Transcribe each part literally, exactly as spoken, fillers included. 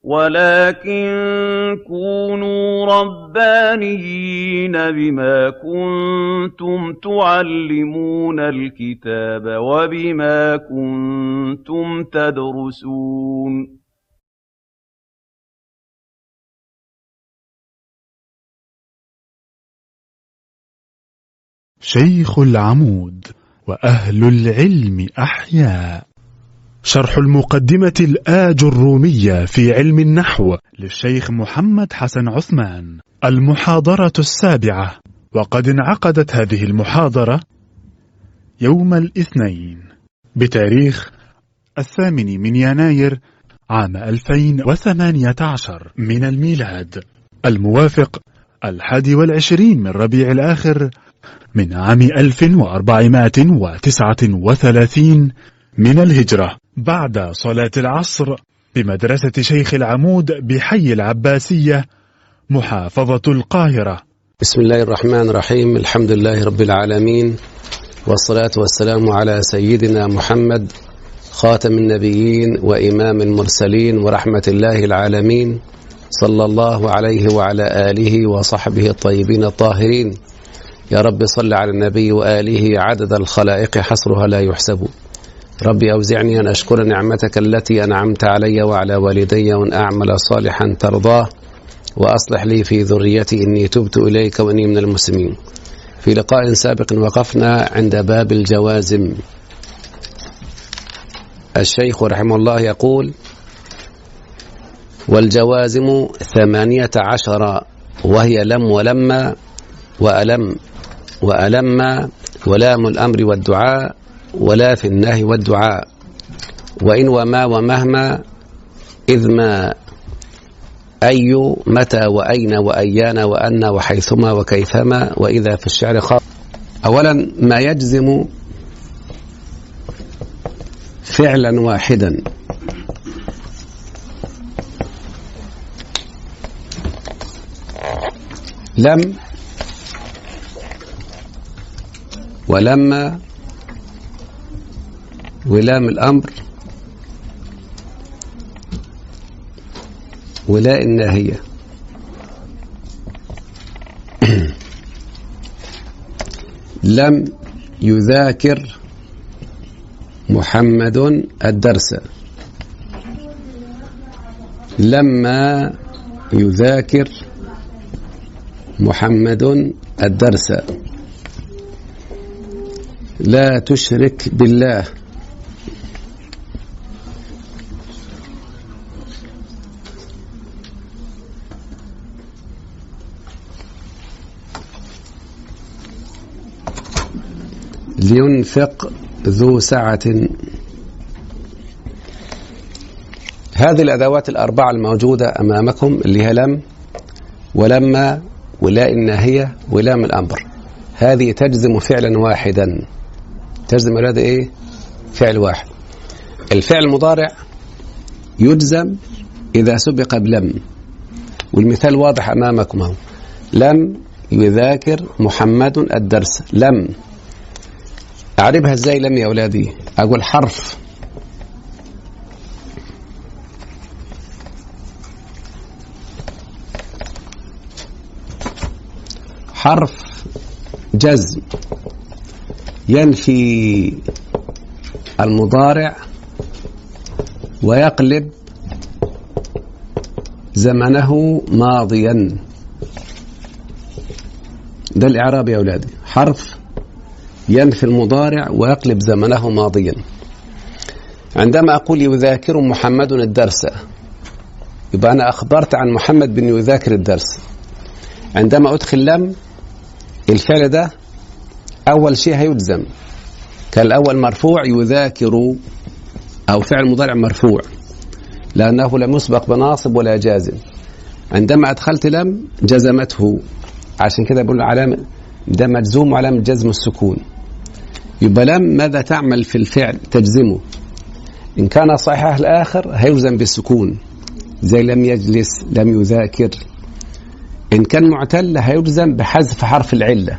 وَلَٰكِن كُونُوا رَبَّانِيِّينَ بِمَا كُنتُمْ تُعَلِّمُونَ الْكِتَابَ وَبِمَا كُنتُمْ تَدْرُسُونَ شيخ العمود وأهل العلم أحياء. شرح المقدمة الآج الرومية في علم النحو للشيخ محمد حسن عثمان، المحاضرة السابعة. وقد انعقدت هذه المحاضرة يوم الاثنين بتاريخ الثامن من يناير عام ألفين وثمانية عشر من الميلاد، الموافق الحادي والعشرين من ربيع الآخر من عام ألف وأربعمائة وتسعة وثلاثين من الهجرة، بعد صلاة العصر بمدرسة شيخ العمود بحي العباسية محافظة القاهرة. بسم الله الرحمن الرحيم. الحمد لله رب العالمين، والصلاة والسلام على سيدنا محمد خاتم النبيين وإمام المرسلين ورحمة الله العالمين، صلى الله عليه وعلى آله وصحبه الطيبين الطاهرين. يا رب صل على النبي وآله عدد الخلائق حصرها لا يحسب. ربي أوزعني أن أشكر نعمتك التي أنعمت علي وعلى والدي، وأن أعمل صالحا ترضاه، وأصلح لي في ذريتي إني تبت إليك وإني من المسلمين. في لقاء سابق وقفنا عند باب الجوازم. الشيخ رحمه الله يقول: والجوازم ثمانية عشر، وهي لم ولما وألم وألم ولام الأمر والدعاء ولا في النهي والدعاء، وإن وما ومهما إذ ما أي متى وأين وأيان وأن وحيثما وكيفما وإذا في الشعر خاص. أولا ما يجزم فعلا واحدا لم ولما ولام الأمر ولا الناهية. لم يذاكر محمد الدرس، لما يذاكر محمد الدرس. لا تشرك بالله، لينفق ذو سعة. هذه الأدوات الأربعة الموجودة أمامكم اللي هي لم ولما ولا الناهية ولام الأمر، هذه تجزم فعلا واحدا. تجزم هذا إيه؟ فعل واحد. الفعل المضارع يجزم إذا سبق بلم، والمثال واضح أمامكم هو: لم يذاكر محمد الدرس. لم أعربها إزاي لم يا أولادي؟ أقول حرف حرف جزم ينفي المضارع ويقلب زمنه ماضيا. ده الإعراب يا أولادي، حرف ينفي المضارع ويقلب زمنه ماضيا. عندما أقول يذاكر محمد الدرس، يبقى أنا أخبرت عن محمد بن يذاكر الدرس. عندما أدخل لم، الفعل ده أول شيء هيلزم، كان الأول مرفوع يذاكر، أو فعل مضارع مرفوع لأنه لم يسبق بناصب ولا جازم. عندما أدخلت لم جزمته، عشان كده بقول علامة ده مجزوم علامة جزم السكون. يبقى لم ماذا تعمل في الفعل؟ تجزمه. إن كان صحيح الآخر هيلزم بالسكون، زي لم يجلس، لم يذاكر. إن كان معتل هيلزم بحذف حرف العلة،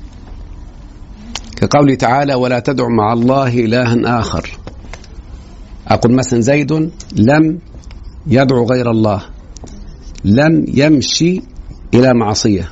كقوله تعالى: ولا تدع مع الله إلها آخر. أقول مثلا: زيد لم يدعو غير الله، لم يمشي إلى معصية،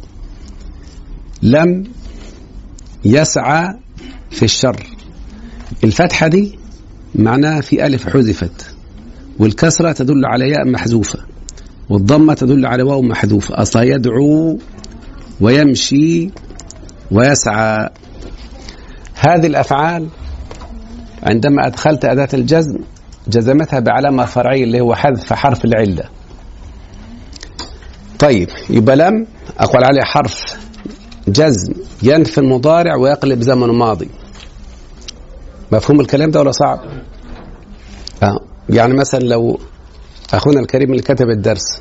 لم يسعى في الشر. الفتحة دي معناها في ألف حذفت، والكسرة تدل على ياء محذوفة، والضمة تدل على واو محذوفة. أصلا يدعو ويمشي ويسعى. هذه الأفعال عندما أدخلت أداة الجزم جزمتها بعلامة فرعية اللي هو حذف حرف العلة. طيب يبقى لم أقول عليه حرف جزم ينفي المضارع ويقلب زمن ماضي. مفهوم الكلام ده ولا صعب؟ آه. يعني مثلا لو أخونا الكريم اللي كتب الدرس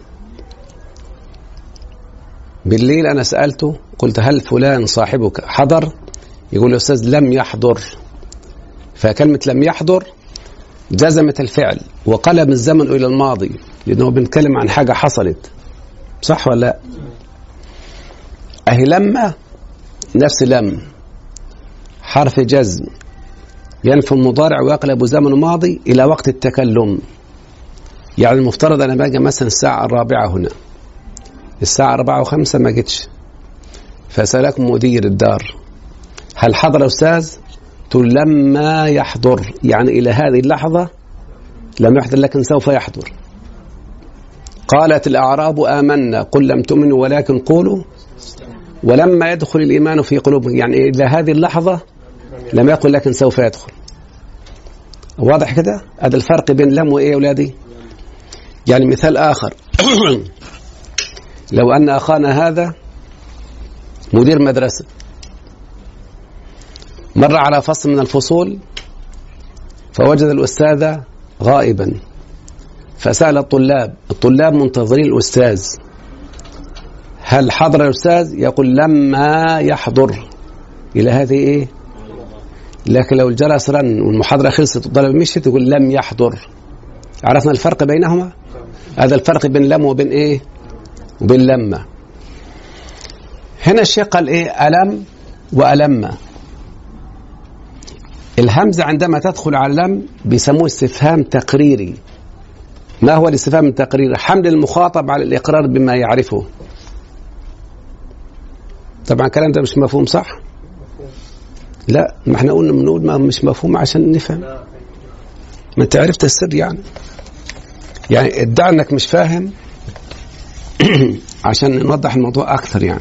بالليل أنا سألته قلت هل فلان صاحبك حضر؟ يقول له أستاذ لم يحضر. فكلمة لم يحضر جزمت الفعل وقلب الزمن إلى الماضي، لأنه بنتكلم عن حاجة حصلت. صح ولا لا؟ أهي لما نفس لم حرف جزم ينفي المضارع ويقلب زمن ماضي إلى وقت التكلم. يعني المفترض أنا باجي مثلا الساعة الرابعة هنا، الساعة أربعة وخمسة ما جتش، فسألك مدير الدار هل حضر أستاذ؟ تقول لما يحضر، يعني إلى هذه اللحظة لم يحضر لكن سوف يحضر. قالت الأعراب آمنا قل لم تؤمنوا ولكن قولوا ولما يدخل الإيمان في قلوبهم، يعني إلى هذه اللحظة لم يقل لكن سوف يدخل. واضح كده؟ هذا الفرق بين لم وإيه يا أولادي؟ يعني مثال آخر لو أن أخانا هذا مدير مدرسة مر على فصل من الفصول فوجد الأستاذ غائبا، فسأل الطلاب، الطلاب منتظرين الأستاذ هل حضر الأستاذ؟ يقول لما يحضر. إلى هذه إيه؟ لكن لو الجرس رن والمحاضرة خلصت والطلاب مشيت يقول لم يحضر. عرفنا الفرق بينهما؟ هذا الفرق بين لم وبين إيه؟ وبين لما. هنا الشيء قال إيه؟ ألم وألم. الهمزة عندما تدخل على لم بيسموه استفهام تقريري. ما هو الاستفهام التقريري؟ حمل المخاطب على الإقرار بما يعرفه. طبعا الكلام ده مش مفهوم صح؟ لا، ما احنا قلنا بنقول ما مش مفهوم عشان نفهم. ما انت عرفت السر يعني. يعني ادعي انك مش فاهم عشان نوضح الموضوع اكثر. يعني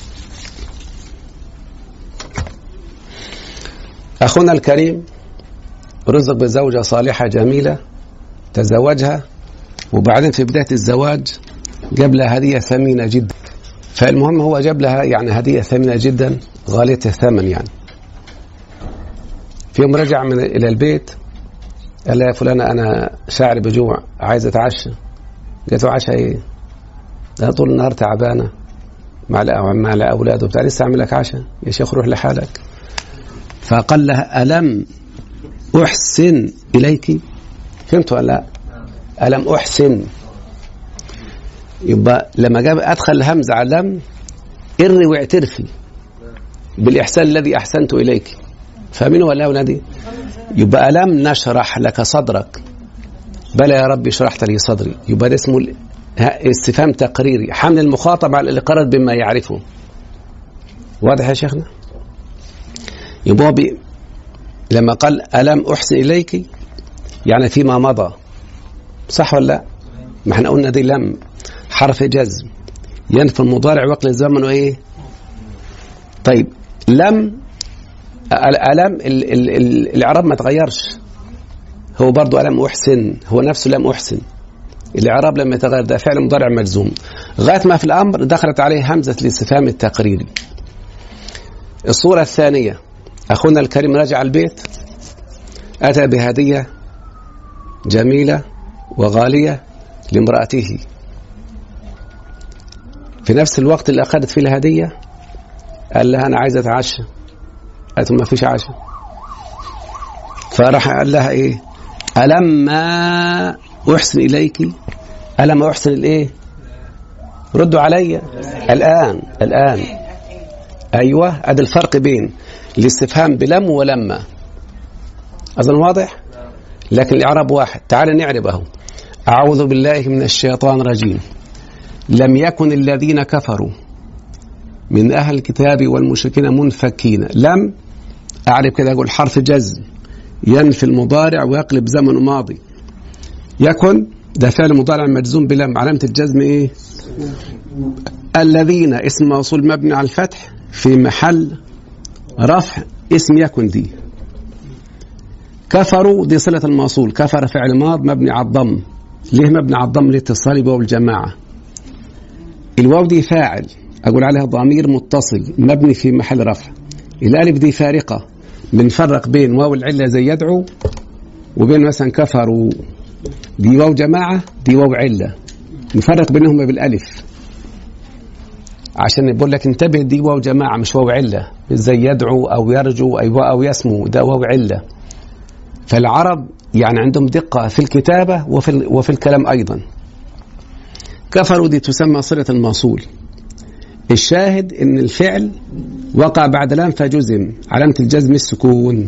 اخونا الكريم رزق بزوجة صالحة جميلة تزوجها، وبعدين في بداية الزواج جاب لها هدية ثمينة جدا. فالمهم هو جاب لها يعني هدية ثمينة جدا غالية الثمن. يعني في يوم رجع من إلى البيت قال لها يا فلانة أنا شاعر بجوع عايز أتعشى. قالت له عشاء إيه؟ أنا طول النهار تعبانة مع مع الأولاد وبتاع، لسه أعمل لك عشاء؟ يا شيخ روح لحالك. فقال لها ألم أحسن إليك؟ فهمت ولا لا؟ ألم أحسن. يبقى لما جاب أدخل الهمزة على لم إري واعترفي بالإحسان الذي أحسنت إليك. فاهمين ولا يا أولادي؟ يبقى ألم نشرح لك صدرك؟ بلى يا ربي شرحت لي صدري. يبقى ده اسمه استفهام تقريري، حمل المخاطب على الإقرار بما يعرفه. واضح يا شيخنا؟ يبقى بي لما قال ألم أحسن إليك يعني فيما مضى. صح ولا لا؟ ما احنا قلنا دي لم حرف جزم ينفي المضارع وقت الزمن وإيه؟ طيب لم ألم الإعراب ما تغيرش، هو برضو ألم أحسن، هو نفسه لم أحسن. الإعراب لما يتغير ده فعل مضارع مجزوم لغاية ما في الأمر دخلت عليه همزة الاستفهام التقريري. الصورة الثانية أخونا الكريم رجع البيت أتى بهدية جميلة وغالية لامرأته. في نفس الوقت اللي أخذت فيه الهدية قال لها أنا عايز أتعشى. قالت ما فيش عشاء. فراح قال لها إيه؟ ألما أحسن إليك؟ ألم أحسن الإيه؟ ردوا علي الآن. الآن أيوة، هذا الفرق بين الاستفهام بلم ولما. أظن واضح؟ لكن الإعراب واحد. تعال نعرب أهو. أعوذ بالله من الشيطان الرجيم. لم يكن الذين كفروا من أهل الكتاب والمشركين منفكين. لم أعرف كده، أقول حرف جزم ينفي المضارع ويقلب زمن ماضي. يكن ده فعل مضارع مجزوم بلم، علامة الجزم إيه؟ الذين اسم موصول مبني على الفتح في محل رفع اسم يكن. دي كفروا دي صلة الموصول، كفر فعل ماض مبني على الضم. ليه مبني على الضم؟ لاتصال بواو الجماعة. الواو دي فاعل أقول عليها ضمير متصل مبني في محل رفع. الألف دي فارقة، بنفرق بين واو العلة زي يدعو وبين مثلا كفروا. دي واو جماعة دي واو علة، نفرق بينهم بالألف عشان يقول لك انتبه، دي واو جماعة مش واو علة زي يدعو أو يرجو أو يسمو، ده واو علة. فالعرب يعني عندهم دقة في الكتابة وفي, وفي الكلام أيضا. كفروا دي تسمى صلة الموصول. الشاهد ان الفعل وقع بعد لام فجزم، علامة الجزم السكون.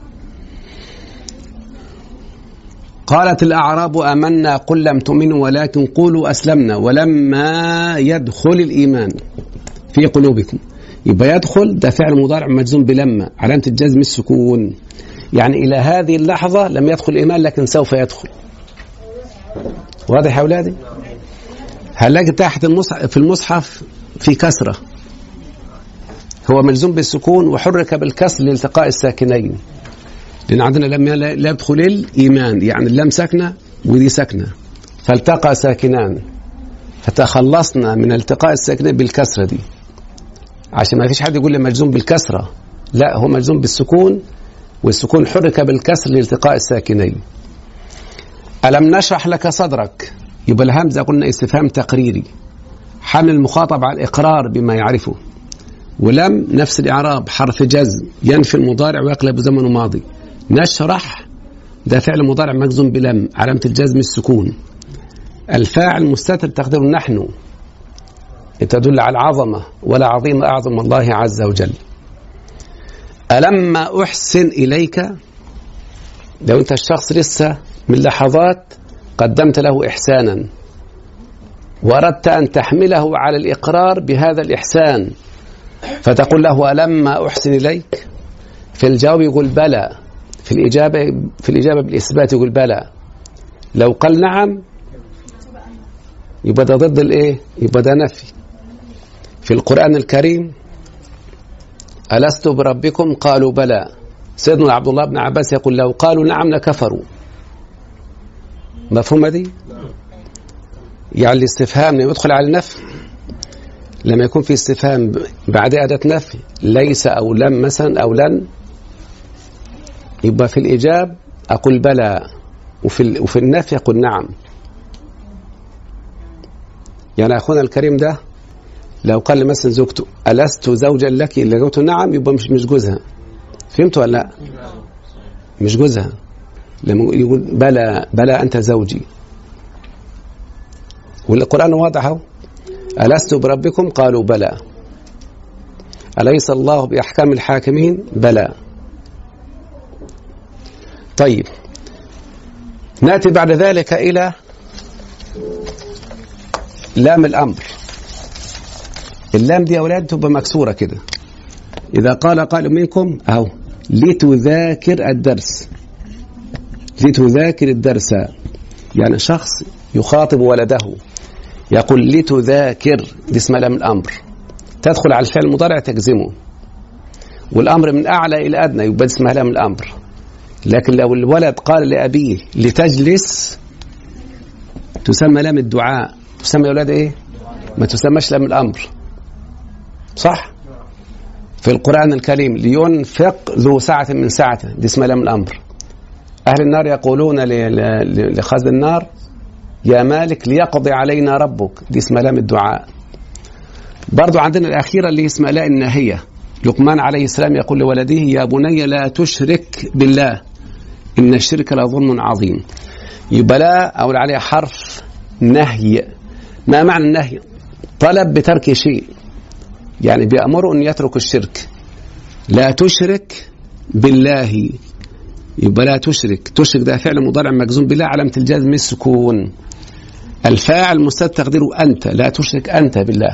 قالت الأعراب آمنا قل لم تؤمنوا ولكن قولوا أسلمنا ولما يدخل الإيمان في قلوبكم. يبقى يدخل ده فعل مضارع مجزوم بلما، علامة الجزم السكون. يعني إلى هذه اللحظة لم يدخل الإيمان لكن سوف يدخل. واضح يا أولادي؟ هنلاقي تحت المصحف في المصحف في كسرة، هو ملزوم بالسكون وحرك بالكسر لالتقاء الساكنين، لأن عندنا لم لا يدخل الإيمان، يعني اللام ساكنة ودي ساكنة فالتقى ساكنان، فتخلصنا من التقاء الساكنين بالكسرة دي، عشان ما فيش حد يقول لي ملزوم بالكسرة. لا، هو ملزوم بالسكون، والسكون حرك بالكسر لالتقاء الساكنين. ألم نشرح لك صدرك، يبقى الهمزة قلنا استفهام تقريري، حمل المخاطب على الإقرار بما يعرفه. ولم نفس الإعراب حرف جزم ينفي المضارع ويقلب زمن ماضي. نشرح ده فعل مضارع مجزوم بلم، علامة الجزم السكون. الفاعل مستتر تقديره نحن، تدل على العظمة، ولا عظيم أعظم الله عز وجل. ألما أحسن إليك، لو أنت الشخص لسه من لحظات قدمت له إحسانا وأردت أن تحمله على الإقرار بهذا الإحسان، فتقول له ألما أحسن إليك. في الجواب يقول بلى، في الإجابة في الإجابة بالإثبات يقول بلى. لو قال نعم يبقى ده ضد الإيه؟ يبقى ده نفي. في القرآن الكريم ألست بربكم قالوا بلى. سيدنا عبد الله بن عباس يقول لو قالوا نعم لكفروا. مفهومة دي؟ يعني الاستفهام لما يدخل على النفي، لما يكون في استفهام بعد أداة نفي ليس أو لم مثلا أو لن، يبقى في الإجاب أقول بلى، وفي وفي النفي أقول نعم. يعني أخونا الكريم ده لو قال لي مثلا زوجته ألست زوجا لك، اللي قلت نعم يبقى مش مش جوزها. فهمتوا ولا لا؟ مش جوزها. لما يقول بلى بلى أنت زوجي، والقرآن واضح اهو، ألست بربكم قالوا بلى، أليس الله بأحكام الحاكمين بلى. طيب نأتي بعد ذلك إلى لام الأمر. اللام دي يا أولاد تبقى مكسورة كده. إذا قال قال منكم أهو لتذاكر الدرس، لتذاكر الدرس، يعني شخص يخاطب ولده يقول لتذاكر، دي اسمها لام الأمر، تدخل على الفعل المضارع تجزمه، والأمر من أعلى إلى أدنى يبقى اسمها لام الأمر. لكن لو الولد قال لأبيه لتجلس تسمى لام الدعاء. تسمى يا أولاد إيه؟ ما تسمىش لام الأمر، صح؟ في القرآن الكريم لينفق ذو سعة من سعته، دي اسمها لام الأمر. أهل النار يقولون لخازن النار يا مالك ليقضي علينا ربك، دي اسمها لام الدعاء. برضو عندنا الأخيرة اللي اسمها لا الناهية. لقمان عليه السلام يقول لولده يا بني لا تشرك بالله إن الشرك لظلم عظيم. يبقى لا أو عليها حرف نهي. ما معنى النهي؟ طلب بترك شيء، يعني بيأمره أن يترك الشرك. لا تشرك بالله يبقى لا تشرك. تشرك ده فعل مضارع مجزوم بلا، علامة الجزم السكون. الفاعل مستتر تقديره أنت، لا تشرك أنت بالله.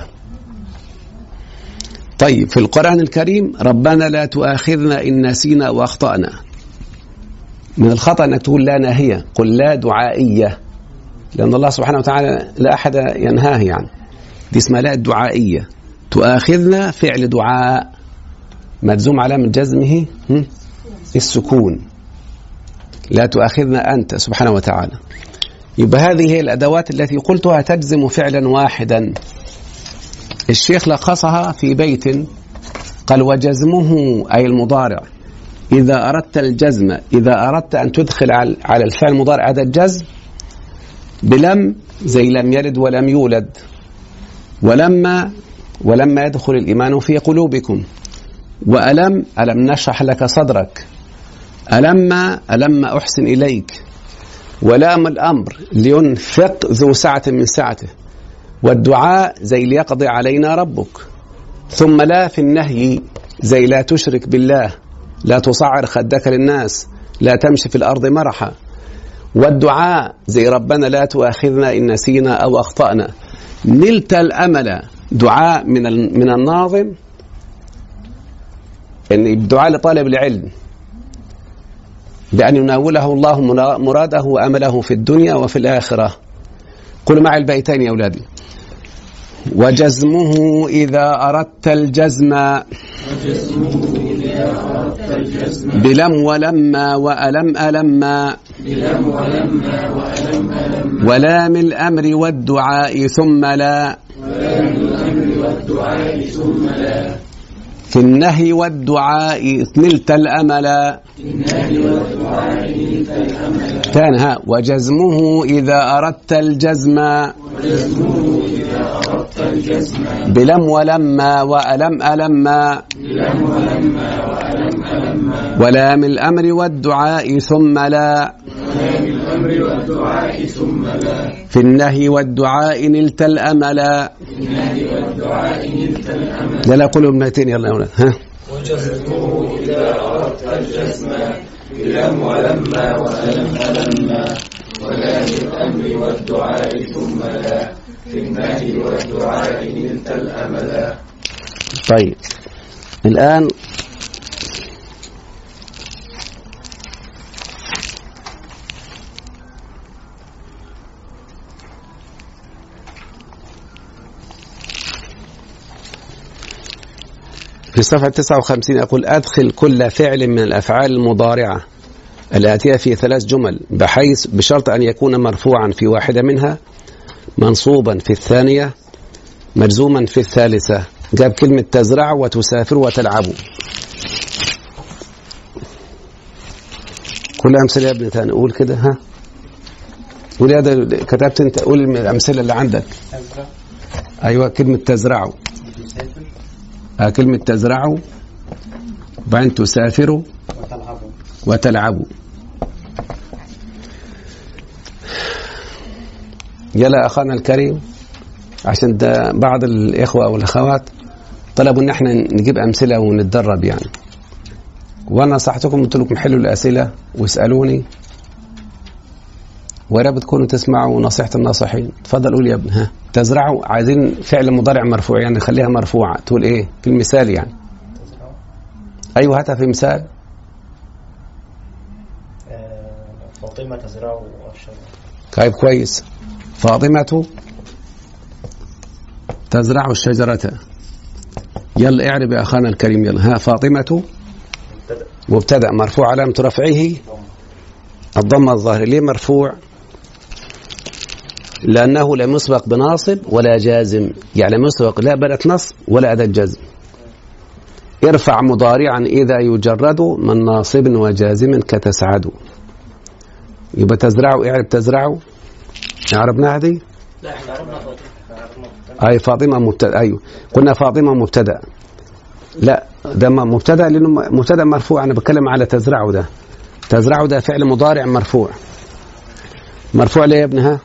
طيب في القرآن الكريم ربنا لا تؤاخذنا إن نسينا وأخطأنا. من الخطأ أنك تقول لا ناهية، قل لا دعائية، لأن الله سبحانه وتعالى لا أحد ينهاه، يعني دي اسمها لا الدعائية. تؤاخذنا فعل دعاء مجزوم علامة جزمه السكون. لا تؤاخذنا أنت سبحانه وتعالى. يبقى هذه هي الأدوات التي قلتها تجزم فعلا واحدا. الشيخ لخصها في بيت قال وجزمه أي المضارع إذا أردت الجزم، إذا أردت أن تدخل على الفعل المضارع هذا الجزم بلم زي لم يلد ولم يولد، ولما ولما يدخل الإيمان في قلوبكم، وألم ألم نشرح لك صدرك، ألما ألما أحسن إليك، ولام الأمر لينفق ذو سعة من سعته، والدعاء زي ليقضي علينا ربك، ثم لا في النهي زي لا تشرك بالله، لا تصعر خدك للناس، لا تمشي في الأرض مرحا، والدعاء زي ربنا لا تؤاخذنا إن نسينا أو أخطأنا. نلت الأمل دعاء من من الناظم، يعني الدعاء لطالب العلم بأن يناوله الله مراده وأمله في الدنيا وفي الآخرة. قل مع البيتين يا أولادي. وجزمه إذا أردت الجزم بلم ولما وألم ألما ولام الأمر والدعاء ثم لا في النهي والدعاء نلت الأمل. ثانها وجزمه إذا أردت الجزم بلم ولما وألم ألما ولام الأمر والدعاء ثم لا في النهي والدعاء نلت الأمل. لا لا قولوا ابنتين يلا يا أولاد. ها وجزمه إذا أردت الجزم بلم ولما وألم ألما ولام الأمر والدعاء ثم لا في النهي والدعاء نلت الأمل. طيب الآن في صفحة تسعة وخمسين أقول أدخل كل فعل من الأفعال المضارعة الآتية في ثلاث جمل بحيث بشرط أن يكون مرفوعا في واحدة منها، منصوبا في الثانية، مجزوما في الثالثة. جاب كلمة تزرع وتسافر وتلعب. كل أمثلة يا ابن ثاني قول كده. ها قول هذا كتبت انت، قول الأمثلة اللي عندك. أيوة كلمة تزرع، آه كلمة تزرع، وبعدين تسافر وتلعب. يلا أخانا الكريم، عشان ده بعض الإخوة والأخوات طلبوا إن احنا نجيب أمثلة ونتدرب يعني، وأنا نصحتكم قلت لكم حلوا الأسئلة واسألوني، ويا رب تكونوا تسمعوا نصيحة الناصحين. تفضل قول يا ابن. ها تزرعوا عايزين فعل مضارع مرفوع، يعني خليها مرفوعة. تقول إيه في المثال يعني؟ أيوة هاتها في مثال. فاطمة تزرع الشجرة. طيب كويس. فاطمة تزرع الشجرة. يلا اعرب يا أخانا الكريم. يلا ها فاطمة مبتدأ مرفوع علامة رفعه الضمة الظاهرة. ليه مرفوع؟ لأنه لم يسبق بناصب ولا جازم، يعني لم يسبق لا بدأة نصب ولا أداة جزم. ارفع مضارعا إذا يجرد من ناصب وجازم كتسعد. يبقى تزرع. اعرب تزرع. عربنا هذه؟ لا احنا عربنا فاطمة. أي فاطمة مبتدأ. أيوه قلنا فاطمة مبتدأ. لا ده مبتدأ لأنه مبتدأ مرفوع. أنا بتكلم على تزرع. ده تزرع ده فعل مضارع مرفوع. مرفوع ليه يا ابنها؟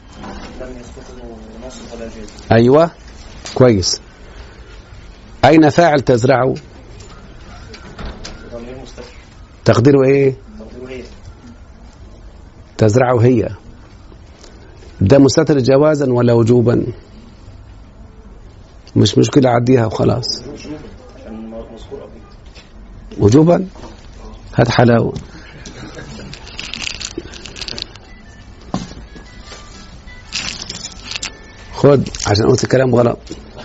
أيوة كويس. أين فاعل تزرع؟ تقديره إيه؟ تزرع هي، ده مستتر جوازا ولا وجوبا؟ مش مشكلة عديها وخلاص. وجوبا؟ هات حلاوة. خد عشان قلت الكلام غلط.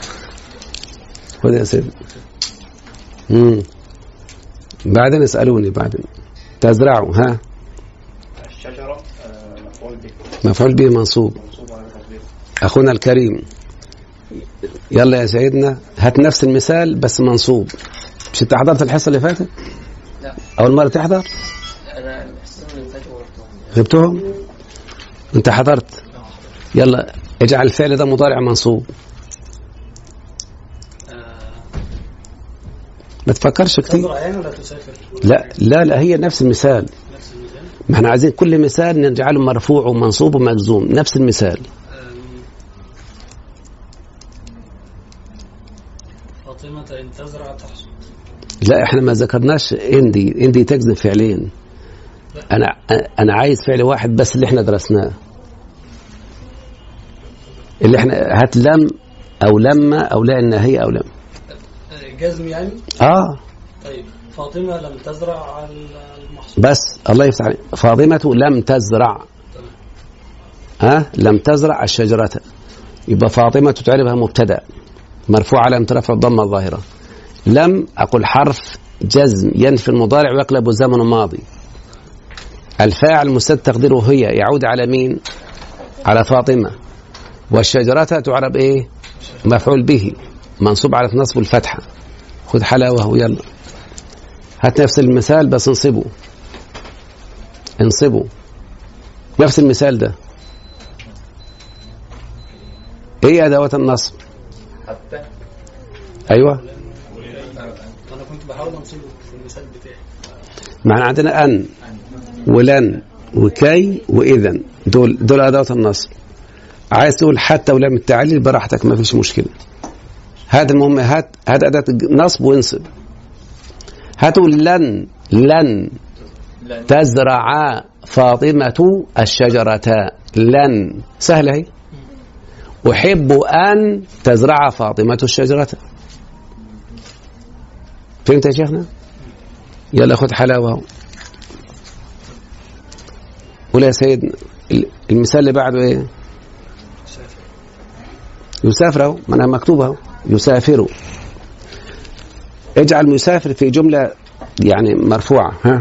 خد يا سيدي. امم بعدين اسألوني بعدين. تزرعوا ها. الشجرة مفعول به. مفعول به منصوب. أخونا الكريم يلا يا سيدنا هات نفس المثال بس منصوب. مش انت حضرت الحصة اللي فاتت؟ لا. أول مرة تحضر؟ أنا الحصة اللي فاتت غلطتهم. غبتهم؟ انت حضرت؟ يلا اجعل الفعل ده مضارع منصوب. ما تفكرش كتير. تزرع يعني ولا تسافر؟ لا لا لا هي نفس المثال. نفس المثال؟ ما احنا عايزين كل مثال نجعله مرفوع ومنصوب ومجزوم نفس المثال. فاطمة إن تزرع تحصد. لا احنا ما ذكرناش اندي اندي تجزم فعلين. انا انا عايز فعل واحد بس اللي احنا درسناه، اللي احنا هات لم او لما او لا النهي او لم. جزم يعني؟ اه طيب فاطمة لم تزرع المحصول. بس الله يفتح عليك. فاطمة لم تزرع ها آه؟ لم تزرع الشجرة، يبقى فاطمة تعربها مبتدأ مرفوع على رفع الضمة الظاهرة. لم أقول حرف جزم ينفي المضارع ويقلب الزمن الماضي. الفاعل مستتر تقديره هي يعود على مين؟ على فاطمة. والشجرة تعرب ايه؟ مفعول به منصوب على نصب الفتحة. خذ حلاوة ويلا هات نفس المثال بس انصبه انصبه نفس المثال ده. ايه ادوات النصب؟ حتى. ايوه انا كنت بحاول انصبه في المثال بتاعي. معنى عندنا ان ولن وكي واذن، دول دول ادوات النصب. عايز تقول حتى ولم التعليل براحتك ما فيش مشكلة. هذا المهم هات هات أداة نصب وانصب. هاتوا لن لن تزرع فاطمة الشجرة. لن سهلة هي. أحب أن تزرع فاطمة الشجرة. فهمت يا شيخنا؟ يلا خذ حلاوة. قول يا سيدنا المثال اللي بعده ايه؟ يسافر. ما أنا مكتوبه يسافر. اجعل مسافر في جملة يعني مرفوعة. ها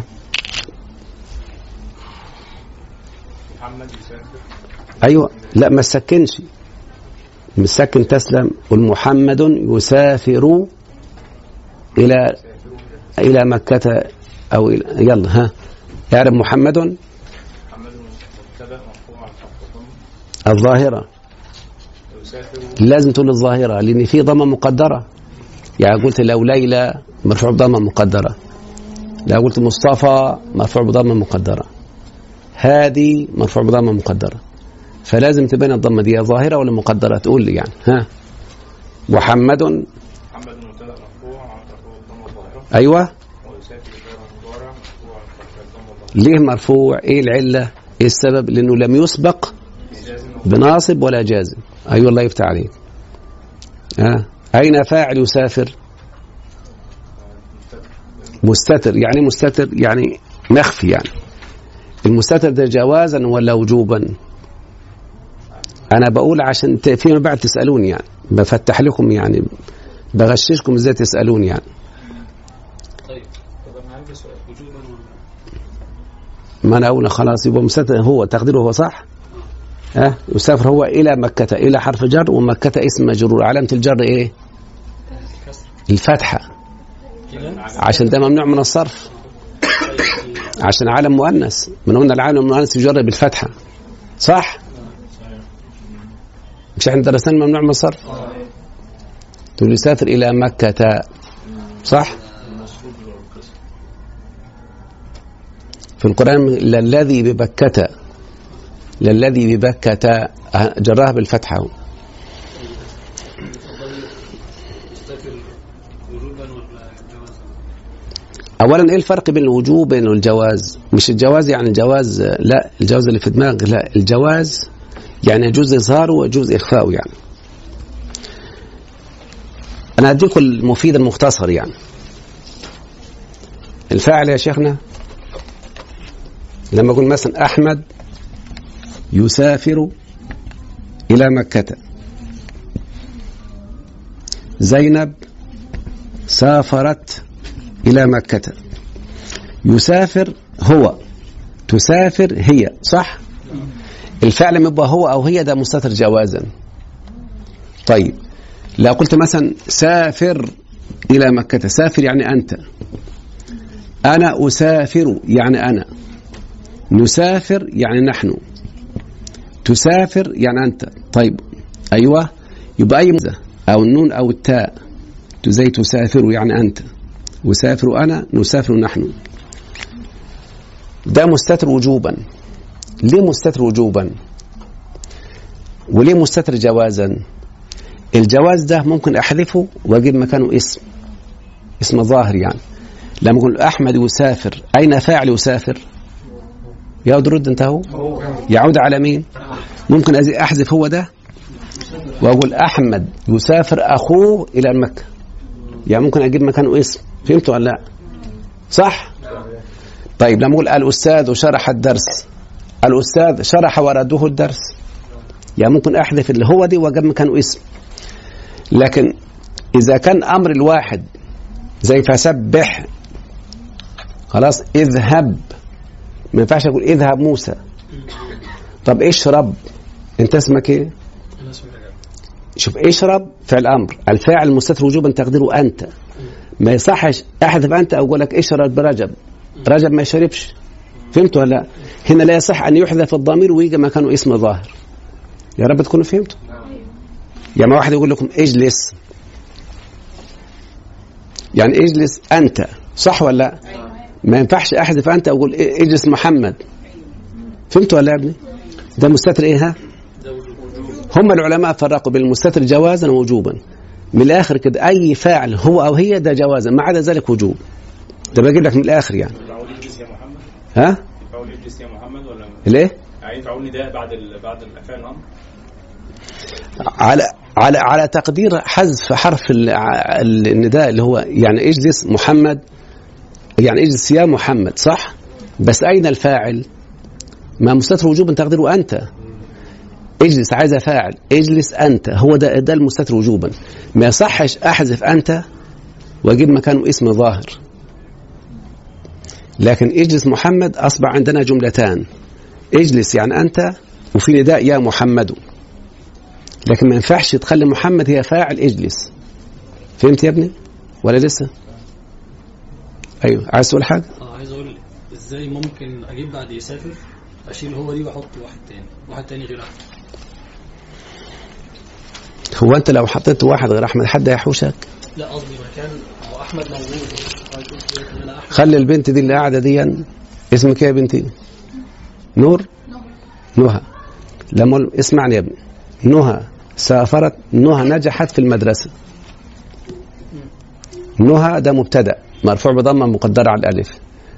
محمد يسافر. أيوة لا ما تسكنش، مسكن تسلم. والمحمد يسافر إلى إلى مكة أو إلى يلا ها يعرف محمد. محمد مبتدأ مرفوع على الظاهرة لازم تقول الظاهرة لأن في ضمة مقدرة. يعني قلت لو ليلى مرفوع بضمة مقدرة، لو قلت مصطفى مرفوع بضمة مقدرة، هذه مرفوع بضمة مقدرة، فلازم تبين الضمة دي ظاهرة ولا مقدرة. تقول لي يعني ها محمد. محمد مبتدأ مرفوع على الضمة الظاهرة. أيوة. ويسافر جار مضارع مرفوع على الضمة الظاهرة. ليه مرفوع؟ إيه العلة؟ إيه السبب؟ لأنه لم يسبق بناصب ولا جازم. أيوة الله يفتح عليك. ها أين فاعل يسافر؟ مستتر. يعني مستتر يعني مخفي. يعني المستتر ده جوازا ولا وجوبا؟ أنا بقول عشان فيما بعد تسألوني، يعني بفتح لكم، يعني بغششكم ازاي تسألوني يعني. طيب طب أنا عندي سؤال، وجوبا ولا؟ ما أنا أقول خلاص يبقى مستتر هو تقديره هو صح. ها أه؟ يسافر هو إلى مكة. إلى حرف جر ومكة اسم مجرور، علامة الجر إيه؟ الفتحة، عشان ده ممنوع من الصرف، عشان عالم مؤنث. من قلنا العالم المؤنث يجر بالفتحة صح؟ مش احنا درسنا ممنوع من الصرف؟ تقول يسافر إلى مكة صح؟ في القرآن للذي ببكة، للذي ببكة جراها بالفتحة. أولا إيه الفرق بين الوجوب وبين الجواز؟ مش الجواز يعني الجواز، لا الجواز اللي في دماغك، لا الجواز يعني يجوز إظهاره ويجوز إخفاؤه. يعني أنا أديكم المفيد المختصر. يعني الفاعل يا شيخنا لما أقول مثلا أحمد يسافر إلى مكة، زينب سافرت إلى مكة. يسافر هو، تسافر هي، صح؟ الفعل يبقى هو أو هي ده مستتر جوازا. طيب لو قلت مثلا سافر إلى مكة، سافر يعني أنت، أنا أسافر يعني أنا، نسافر يعني نحن، تسافر يعني أنت. طيب أيوة، يبقى أي مزة أو النون أو التاء زي تسافر يعني أنت، وسافر أنا، نسافر نحن. ده مستتر وجوبا. ليه مستتر وجوبا وليه مستتر جوازا؟ الجواز ده ممكن أحذفه وأجيب مكانه اسم، اسم ظاهر. يعني لما أقول أحمد يسافر، أين فاعل يسافر؟ يا درد انتهوا، يعود على مين؟ ممكن أحذف هو ده وأقول أحمد يسافر أخوه إلى مكة، يعني ممكن أجيب مكانه اسم. فهمتوا ولا لا؟ صح؟ طيب لما أقول الأستاذ شرح الدرس، الأستاذ شرح ورده الدرس، يعني ممكن أحذف اللي هو دي وأجيب مكانه اسم. لكن إذا كان أمر الواحد زي فسبح، خلاص اذهب، ما ينفعش أقول اذهب موسى. طب اشرب، أنت اسمك إيه؟ شوف اشرب فعل أمر، الفاعل المستتر وجوبا تقديره أنت. ما يصحش أحذف أنت أو أقول لك اشرب برجب، رجب ما يشربش. فهمتوا ولا لا؟ هنا لا يصح أن يحذف الضمير ويجي مكانه اسم ظاهر. يا رب تكونوا فهمتوا. يعني واحد يقول لكم اجلس، يعني اجلس أنت، صح ولا لا؟ ما ينفعش أحذف أنت أقول اجلس محمد. فهمتوا ولا يا ابني؟ ده مستتر إيه ها؟ هم العلماء فرقوا بين المستتر جوازا ووجوبا. من الآخر كده أي فاعل هو أو هي ده جوازا، ما عدا ذلك وجوب. ده بجيب لك من الآخر يعني. ها؟ يفعل إبليس يا محمد ولا ليه؟ يعني يفعل نداء بعد ال... بعد الفعل الأمر؟ على على على تقدير حذف حرف النداء اللي هو يعني اجلس محمد، يعني اجلس يا محمد، صح؟ بس أين الفاعل؟ ما مستتر وجوبا تقديره أنت. اجلس عايز فاعل، اجلس أنت، هو ده ده المستتر وجوبا. ما يصحش أحذف أنت وأجيب مكانه اسم ظاهر. لكن اجلس محمد أصبح عندنا جملتان، اجلس يعني أنت، وفي نداء يا محمد. لكن ما ينفعش تخلي محمد هي فاعل اجلس. فهمت يا ابني ولا لسه؟ ايوه عايز تقول حاجه؟ اه عايز اقول ازاي ممكن اجيب بعد يسافر اشيل هو دي واحط واحد تاني، واحد تاني غير احمد. هو انت لو حطيت واحد غير احمد حد هيحوشك؟ لا قصدي مكان هو احمد موجود، خلي البنت دي اللي قاعده دي اسمك ايه يا بنتي؟ نور؟ نهى. لما اسمعني يا ابني، نهى سافرت، نهى نجحت في المدرسة. نهى ده مبتدأ مرفوع بضمة مقدرة على الألف.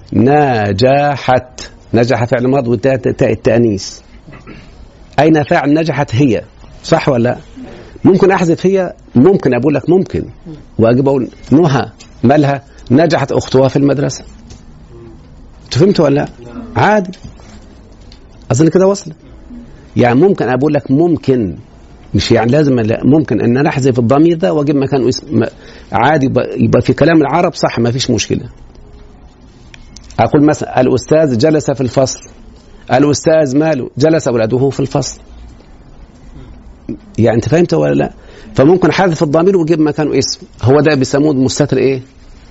نجحت، نجح فعل ماضي والتاء تاء التأنيث. أين فاعل نجحت؟ هي، صح ولا لا؟ ممكن أحذف هي، ممكن أقول لك ممكن وأجيب أقول نهى مالها؟ نجحت أختها في المدرسة. فهمت ولا لا؟ عادي، أظن كده وصل. يعني ممكن أقول لك ممكن، مش يعني لازم، لا ممكن ان انا احذف الضمير ده واجيب مكانه اسم عادي، يبقى في كلام العرب صح، ما فيش مشكله. اقول مثلا الاستاذ جلس في الفصل، الاستاذ ماله؟ جلس اولاده في الفصل. يعني انت فهمت ولا لا؟ فممكن حذف الضمير واجيب مكانه اسم، هو ده بيسموه مستتر ايه؟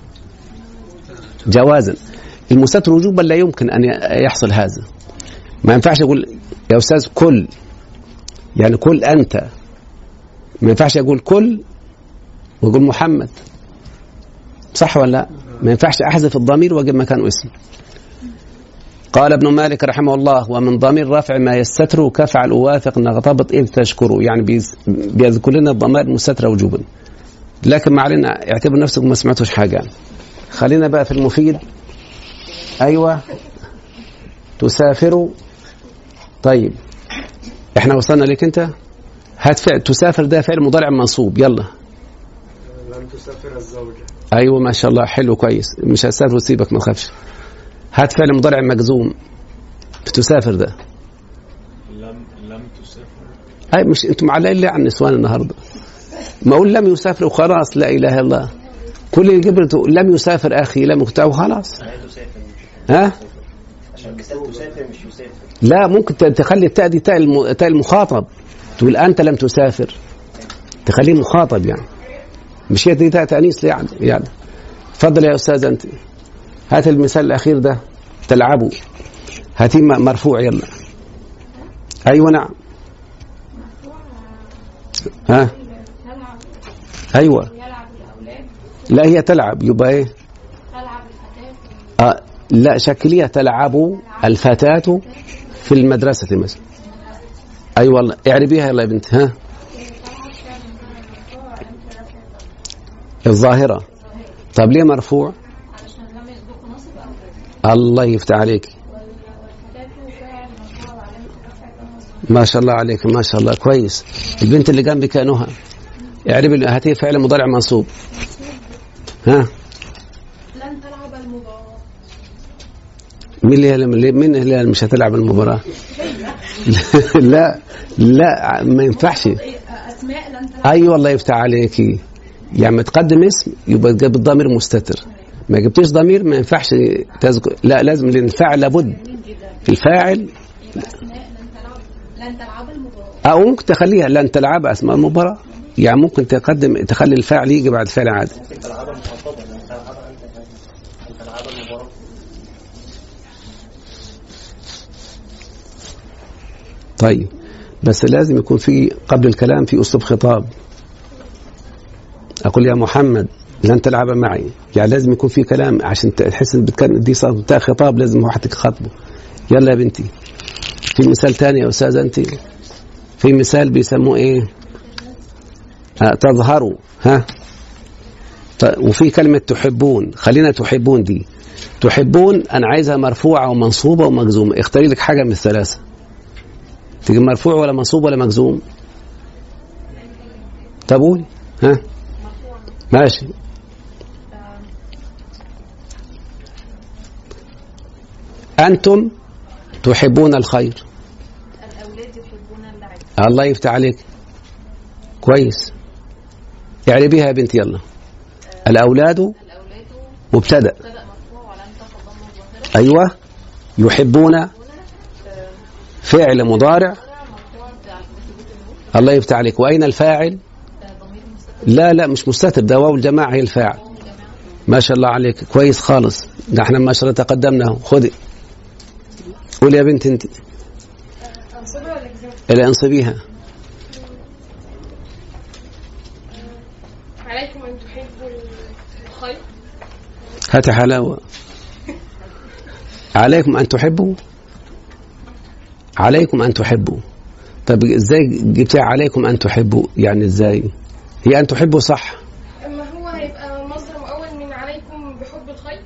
جوازا. المستتر وجوبا لا يمكن ان يحصل هذا. ما ينفعش اقول يا استاذ كل، يعني كل أنت. ما ينفعش أقول كل وأقول محمد، صح ولا لا؟ ما ينفعش أحذف الضمير وأجيب مكانه اسم. قال ابن مالك رحمه الله: ومن ضمير رفع ما يستتر كفعل أوافق نغتبط إذ تشكره. يعني بيذكر لنا الضمائر المستترة وجوبا، لكن ما علينا، اعتبر نفسك ما سمعتوش حاجة. خلينا بقى في المفيد. أيوة تسافر. طيب احنا وصلنا لك انت. هات فعل تسافر، ده فعل مضارع منصوب. يلا. لم تسافر الزوجة. ايوه ما شاء الله، حلو كويس. مش هتسافر وسيبك ما تخافش. هات فعل مضارع مجزوم في تسافر ده. لم لم تسافر. اي مش انتم معلقين ليه على النسوان النهارده؟ ما اقول لم يسافر وخلاص. لا اله الا الله. كل اللي جبرته لم يسافر اخي، لم يكتب وخلاص. ها عشان كتاب تسافر مش يسافر. لا ممكن تخلي التاء دي تاء المخاطب، تقول انت لم تسافر، تخليه مخاطب يعني، مش هي دي تاء تانيث يعني. يعني اتفضل يا استاذ انت. هات المثال الاخير ده. تلعبوا. هاتي مرفوع. يلا. ايوه نعم. ها ايوه. لا هي تلعب يبقى ايه؟ آه لا شكلية. تلعب الفتاة في المدرسة مثلا. اي أيوة والله. اعربيها يلا يا بنت. ها الظاهرة. طب ليه مرفوع؟ الله يفتح عليك. ما شاء الله عليك، ما شاء الله كويس. البنت اللي جنبك كانوها اعربي. هاتي فعل مضارع منصوب. ها لن تلعب المباراة. مين اللي مين اللي مش هتلعب المباراة؟ لا لا ما ينفعش. أسماء لن تلعب. اي والله يفتح عليكي. يعني ما تقدم اسم يبقى تجيب الضمير مستتر. ما جبتيش ضمير ما ينفعش تذكر. لا لازم، لان الفاعل لابد في الفاعل. لن تلعب المباراة. او ممكن تخليها لن تلعب اسماء المباراة. يعني ممكن تقدم تخلي الفاعل يجي بعد الفعل عادي. ممكن تلعبها مخاطبة. لن تلعبها أنت أن تلعب المباراة. طيب بس لازم يكون في قبل الكلام في أسلوب خطاب. أقول يا محمد لن تلعب معي، يعني لازم يكون في كلام عشان تحس إن بتكلم دي صار خطاب، لازم واحد يخاطبه. يلا يا بنتي. في مثال تاني يا أستاذ أنت. في مثال بيسموه إيه؟ آه تظهروا. ها وفي كلمة تحبون. خلينا تحبون دي. تحبون أنا عايزها مرفوعة ومنصوبة ومجزومة. اختاري لك حاجة من الثلاثة. تيجي مرفوع ولا منصوب ولا مجزوم؟ طب قولي. ها ماشي. أنتم تحبون الخير. الأولاد يحبون اللعب. الله يفتح عليك كويس. اعربيها يا بنتي يلا. الأولاد الأولاد مبتدأ. مبتدأ مرفوع ولم تقدمه الظاهرة. أيوة. يحبون فعل مضارع. الله يفتح عليك. وأين الفاعل؟ لا لا مش مستتر، ده واو الجماعة هي الفاعل. ما شاء الله عليك كويس خالص. ده احنا ما شاء الله تقدمنا. خذي قولي يا بنت انت. أنصبها ولا أجزمها؟ اللي انصبيها. عليكم أن تحبوا الخير. هاتي حلاوة. عليكم أن تحبوا. عليكم أن تحبوا. طب ازاي جبتها عليكم أن تحبوا؟ يعني ازاي هي أن تحبوا صح؟ أما هو هيبقى مصدر مؤول من عليكم بحب الخير.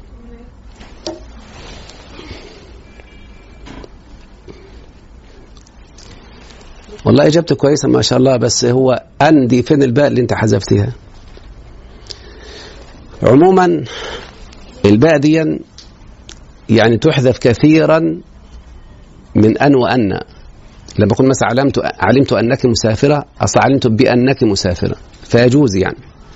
والله إجابتك كويسة ما شاء الله. بس هو أن دي فين الباء اللي انت حذفتها؟ عموما الباء دي يعني تحذف كثيرا من أن وأن. لما أقول مثلا علمت علمت أنك مسافرة، أصلا علمت بأنك مسافرة، فيجوز يعني.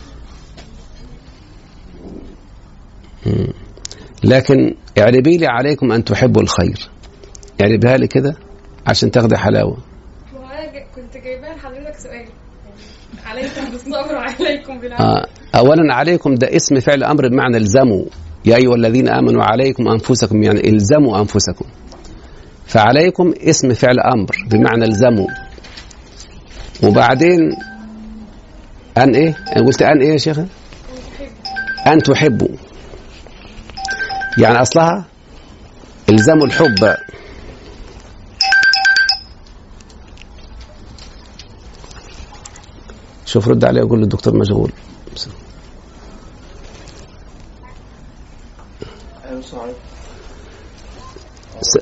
لكن اعربي لي عليكم أن تحبوا الخير. اعربيها لي كده عشان تاخدي حلاوة. وأنا كنت جايبها لحضرتك سؤال. عليكم بالصبر وعليكم بالعفو. آه. أولا عليكم ده اسم فعل أمر بمعنى الزموا. يا أيها الذين آمنوا عليكم أنفسكم، يعني الزموا أنفسكم. فعليكم اسم فعل أمر بمعنى الزموا. وبعدين أن إيه؟ أنا قلت أن إيه يا شيخ؟ أن تحبوا. يعني أصلها الزموا الحب. شوف رد عليه وقول له الدكتور مشغول. س...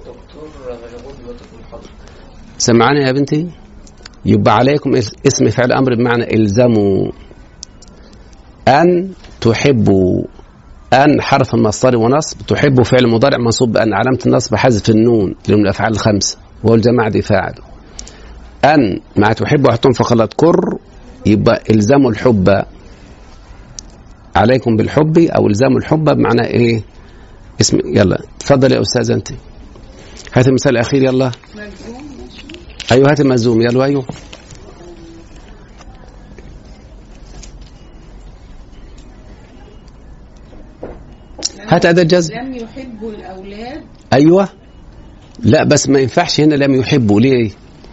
سمعاني يا بنتي؟ يبقى عليكم اسم فعل أمر بمعنى إلزموا. أن تحبوا، أن حرف مصدر ونصب، تحبوا فعل مضارع منصوب بأن، علامة النصب حذف النون لأن الأفعال الخمسة وهو الجماعة دي فاعل. أن مع تحبوا حطهم في خلط كر، يبقى إلزموا الحب، عليكم بالحب أو إلزام الحب بمعنى إيه؟ اسم. يلا تفضل يا أستاذ أنت، هات المثال الأخير. يلا أيوه هات المزوم. يلا أيوه هات أداة جزم. لم يحبوا الأولاد. أيوه لا بس ما ينفعش هنا لم يحبوا. ليه؟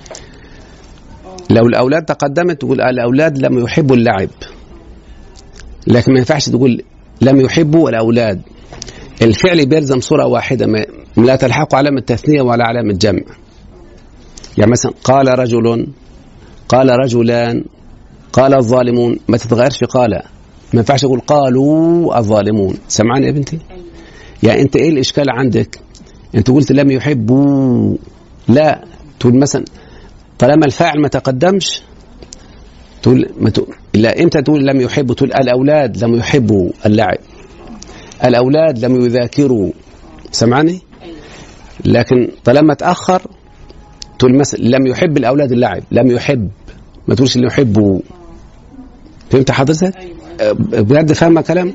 لو الأولاد تقدمت تقول الأولاد لم يحبوا اللعب، لكن ما ينفعش تقول لم يحبوا الأولاد. الفعل بيلزم صورة واحدة، ما لا تلحق علامة التثنية ولا علامة الجمع. يعني مثلا قال رجل، قال رجلان، قال الظالمون، ما تتغيرش قال. ما ينفعش تقول قالوا الظالمون. سمعاني يا بنتي؟ يعني انت ايه الاشكال عندك؟ انت قلت لم يحبوا، لا تقول مثلا طالما الفاعل ما تقدمش تقول ما تقول لا. امتى تقول لم يحبوا؟ تقول الأولاد لم يحبوا اللعب، الأولاد لم يذاكروا. سمعني؟ لكن طالما تأخر تقول مثلا لم يحب الأولاد اللعب، لم يحب، ما تقولش لم يحبوا. فهمت حضرتك؟ بجد فاهمة كلام؟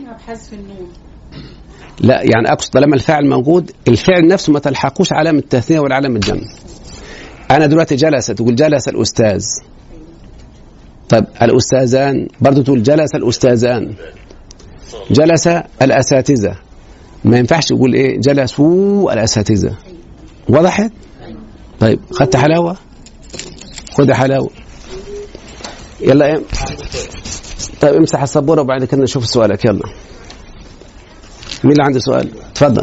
لا يعني أقصد طالما الفاعل موجود، الفعل نفسه ما تلحقوش علامة التثنية ولا علامة الجمع. أنا دلوقتي جلس، تقول جلس الأستاذ. طيب الأستاذان برضو تقول جلس الأستاذان، جلس الأساتذة. ما ينفعش تقول إيه جلسوا الأساتذة. وضحت؟ طيب خدت حلاوة؟ خد حلاوة. يلا إيه؟ طيب امسح السبورة وبعد كده نشوف سؤالك. يلا مين اللي عنده سؤال؟ تفضل.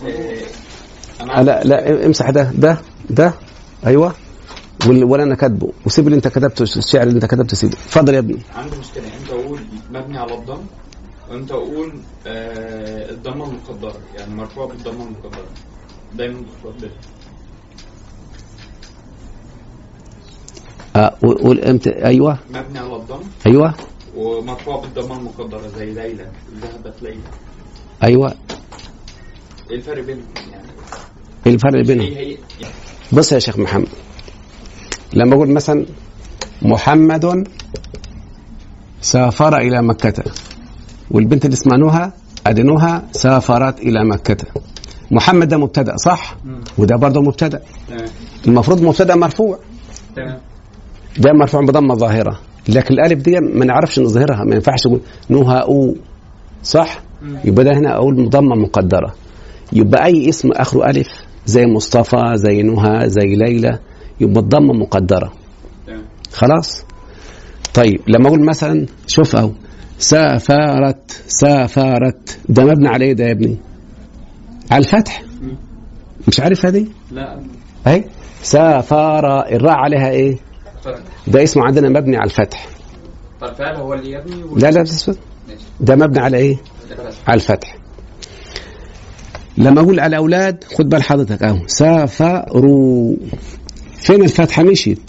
لا لا امسح ده ده ده ايوه، ولا انا كاتبه، وسيب اللي انت كتبته، الشعر اللي انت كتبته سيبه. اتفضل يا ابني. عندي مشكله، انت اقول مبني على الضم وانت اقول آه الضمه المقدره، يعني مرفوع بالضمه المقدره دايما بتفضل. اه قول امتى؟ ايوه مبني على الضم ايوه ومرفوع بالضمه المقدره زي ليلى، ذهبت ليلى. ايوه ايه الفرق بينهم يعني؟ ايه الفرق بينهم؟ بص يا شيخ محمد، لما اقول مثلا محمد سافر الى مكة، والبنت اللي اسمها نهى ادنوها سافرت الى مكة، محمد ده مبتدا صح؟ وده برضه مبتدا. المفروض مبتدا مرفوع، ده مرفوع بضمه ظاهره، لكن الالف دي ما نعرفش نظهرها، ما ينفعش نقول نهى او صح؟ يبقى ده هنا اقول ضمه مقدره. يبقى اي اسم اخره الف زي مصطفى زي نهى زي ليلى يبقى الضمه مقدره. خلاص؟ طيب لما اقول مثلا شوف اهو سافرت، سافرت ده مبني على ايه ده يا ابني؟ على الفتح. مش عارف هذه؟ لا اهي سافر الراء عليها ايه؟ ده اسمه عندنا مبني على الفتح. طب فعلا هو اللي يبني و... لا لا بس ده مبني على ايه؟ على الفتح. لما اقول على الاولاد خد بال حضرتك اهو سافروا، فين الفتحه مشيت؟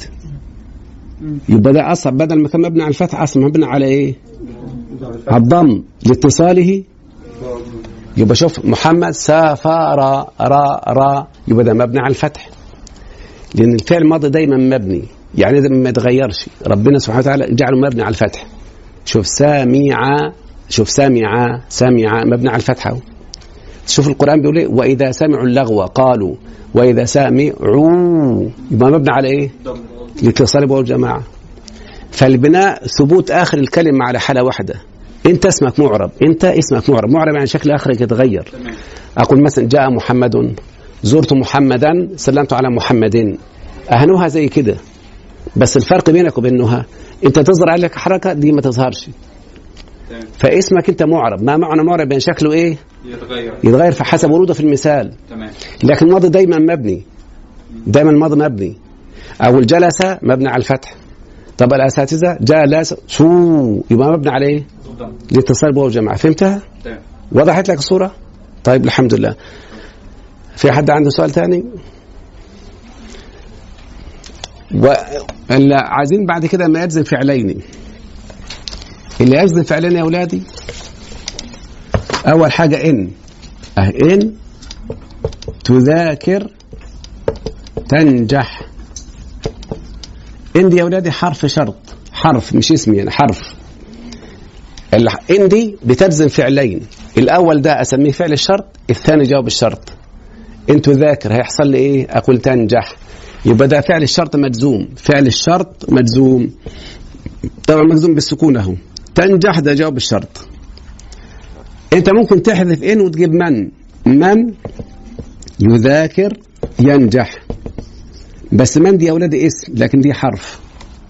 يبقى ده اصلا بدل ما كان مبني على الفتح اصلا مبني على ايه؟ على الضم لاتصاله. يبقى شوف محمد سافر را را، يبقى ده مبني على الفتح، لان الفعل الماضي دايما مبني يعني ده ما يتغيرش، ربنا سبحانه وتعالى جعله مبني على الفتح. شوف سامع، شوف سامع، سامع مبني على الفتحه. شوف القرآن بيقول ايه؟ واذا سمعوا اللغو قالوا، واذا سمعوا يبقى مبني على ايه؟ لاتصال بواو الجماعه. فالبناء ثبوت اخر الكلمه على حاله واحده. انت اسمك معرب، انت اسمك معرب، معرب يعني شكل اخرك يتغير. اقول مثلا جاء محمد، زرت محمدا، سلمت على محمد، اهنوها زي كده. بس الفرق بينك وبينها انت تظهر عليك حركه دي ما تظهرش. فاسمك انت معرب، ما معنى معرب؟ بين شكله ايه؟ يتغير يتغير في حسب وروده في المثال. تمام. لكن الماضي دايما مبني، دايما الماضي مبني. او الجلس مبني على الفتح. طب الاساتذه جلس سو يبقى مبني على ايه؟ لاتصال بواو الجماعه. فهمتها؟ تمام. وضحت لك الصوره؟ طيب الحمد لله. في حد عنده سؤال ثاني؟ وعايزين بعد كده ما يجزم فعلين. اللي يجزم فعلين يا أولادي أول حاجة إن أه إن تذاكر تنجح. إن دي يا أولادي حرف شرط، حرف مش اسمي يعني حرف. إن دي بتجزم فعلين، الأول ده أسميه فعل الشرط، الثاني جواب الشرط. إن تذاكر هيحصل لي إيه؟ أقول تنجح، يبقى ده فعل الشرط مجزوم، فعل الشرط مجزوم طبعا مجزوم بالسكون اهو. تنجح ده جواب الشرط. انت ممكن تحذف ان وتجيب من، من يذاكر ينجح، بس من دي يا اولادي اسم لكن دي حرف.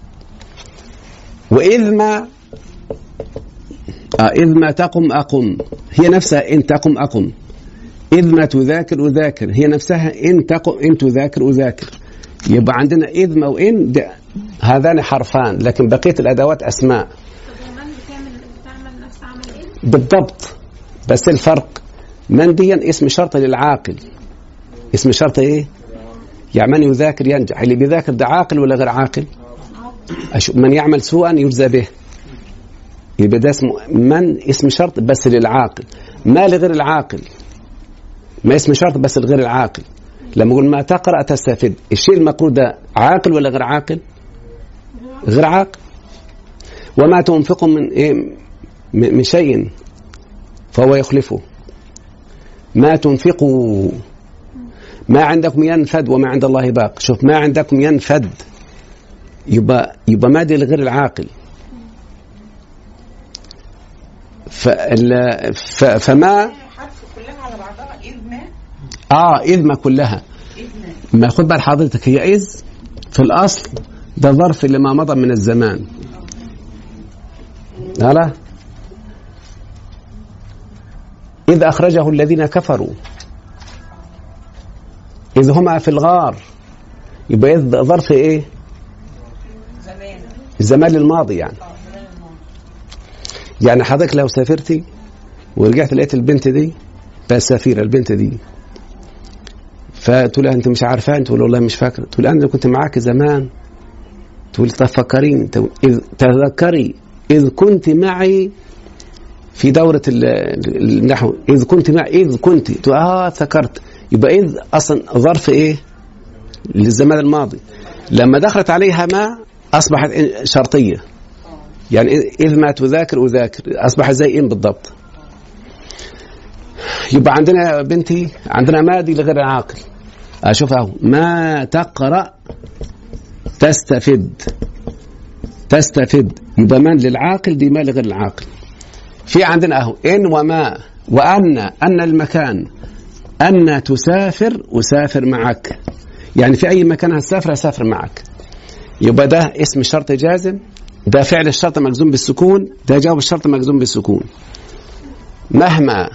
واذ ما آه اذ ما تقم اقم هي نفسها ان تقم اقم. اذ ما تذاكر اذاكر هي نفسها ان تقم ان تذاكر اذاكر. يبقى عندنا إذ ما وإن هذان حرفان، لكن بقية الأدوات أسماء. طب ومن بتعمل بتعمل نفس عمل إيه؟ بالضبط، بس الفرق من دي اسم شرط للعاقل. اسم شرط إيه؟ يعني من يذاكر ينجح، اللي بيذاكر ده عاقل ولا غير عاقل؟ من يعمل سوءا يجزى به، يبقى ده اسمه من اسم شرط بس للعاقل، ما لغير العاقل. ما اسم شرط بس لغير العاقل. لما يقول ما تقرأ تستفد، الشيء المقروء ده عاقل ولا غير عاقل؟ غير عاقل. وما تنفقوا من إيه من شيء فهو يخلفه. ما تنفقوا، ما عندكم ينفد وما عند الله باق. شوف ما عندكم ينفد يبقى يبقى ما دي لغير العاقل. فما آه إذ ما كلها. ما خد بال حضرتك، هي إذ في الأصل ده ظرف لما مضى من الزمان. لا إذ أخرجه الذين كفروا إذ هما في الغار، يبقى إذ ظرف إيه؟ زمان، الزمان الماضي يعني. يعني حضرتك لو سافرتي ورجعت لقيت البنت دي بس سفيرة البنت دي، فتقول لها انت مش عارفه، تقول والله مش فاكره، تقول انا كنت معاك زمان، تقول طب فكريني، اذ تذكري اذ كنت معي في دوره النحو، اذ كنت معي اذ كنت تقول اه ذكرت. يبقى اذ اصلا ظرف ايه للزمان الماضي، لما دخلت عليها ما اصبحت شرطيه، يعني اذ ما تذاكر اذاكر اصبح زي ان بالضبط. يبقى عندنا بنتي عندنا ما دي لغير العاقل. أشوف أهو ما تقرأ تستفد، تستفد يبقى من للعاقل، دي ما لغير العاقل. في عندنا أهو إن وما وأن، أن المكان، أن تسافر أسافر معك، يعني في أي مكان هتسافر أسافر معك. يبقى ده اسم الشرط جازم، ده فعل الشرط مجزوم بالسكون، ده جواب الشرط مجزوم بالسكون. مهما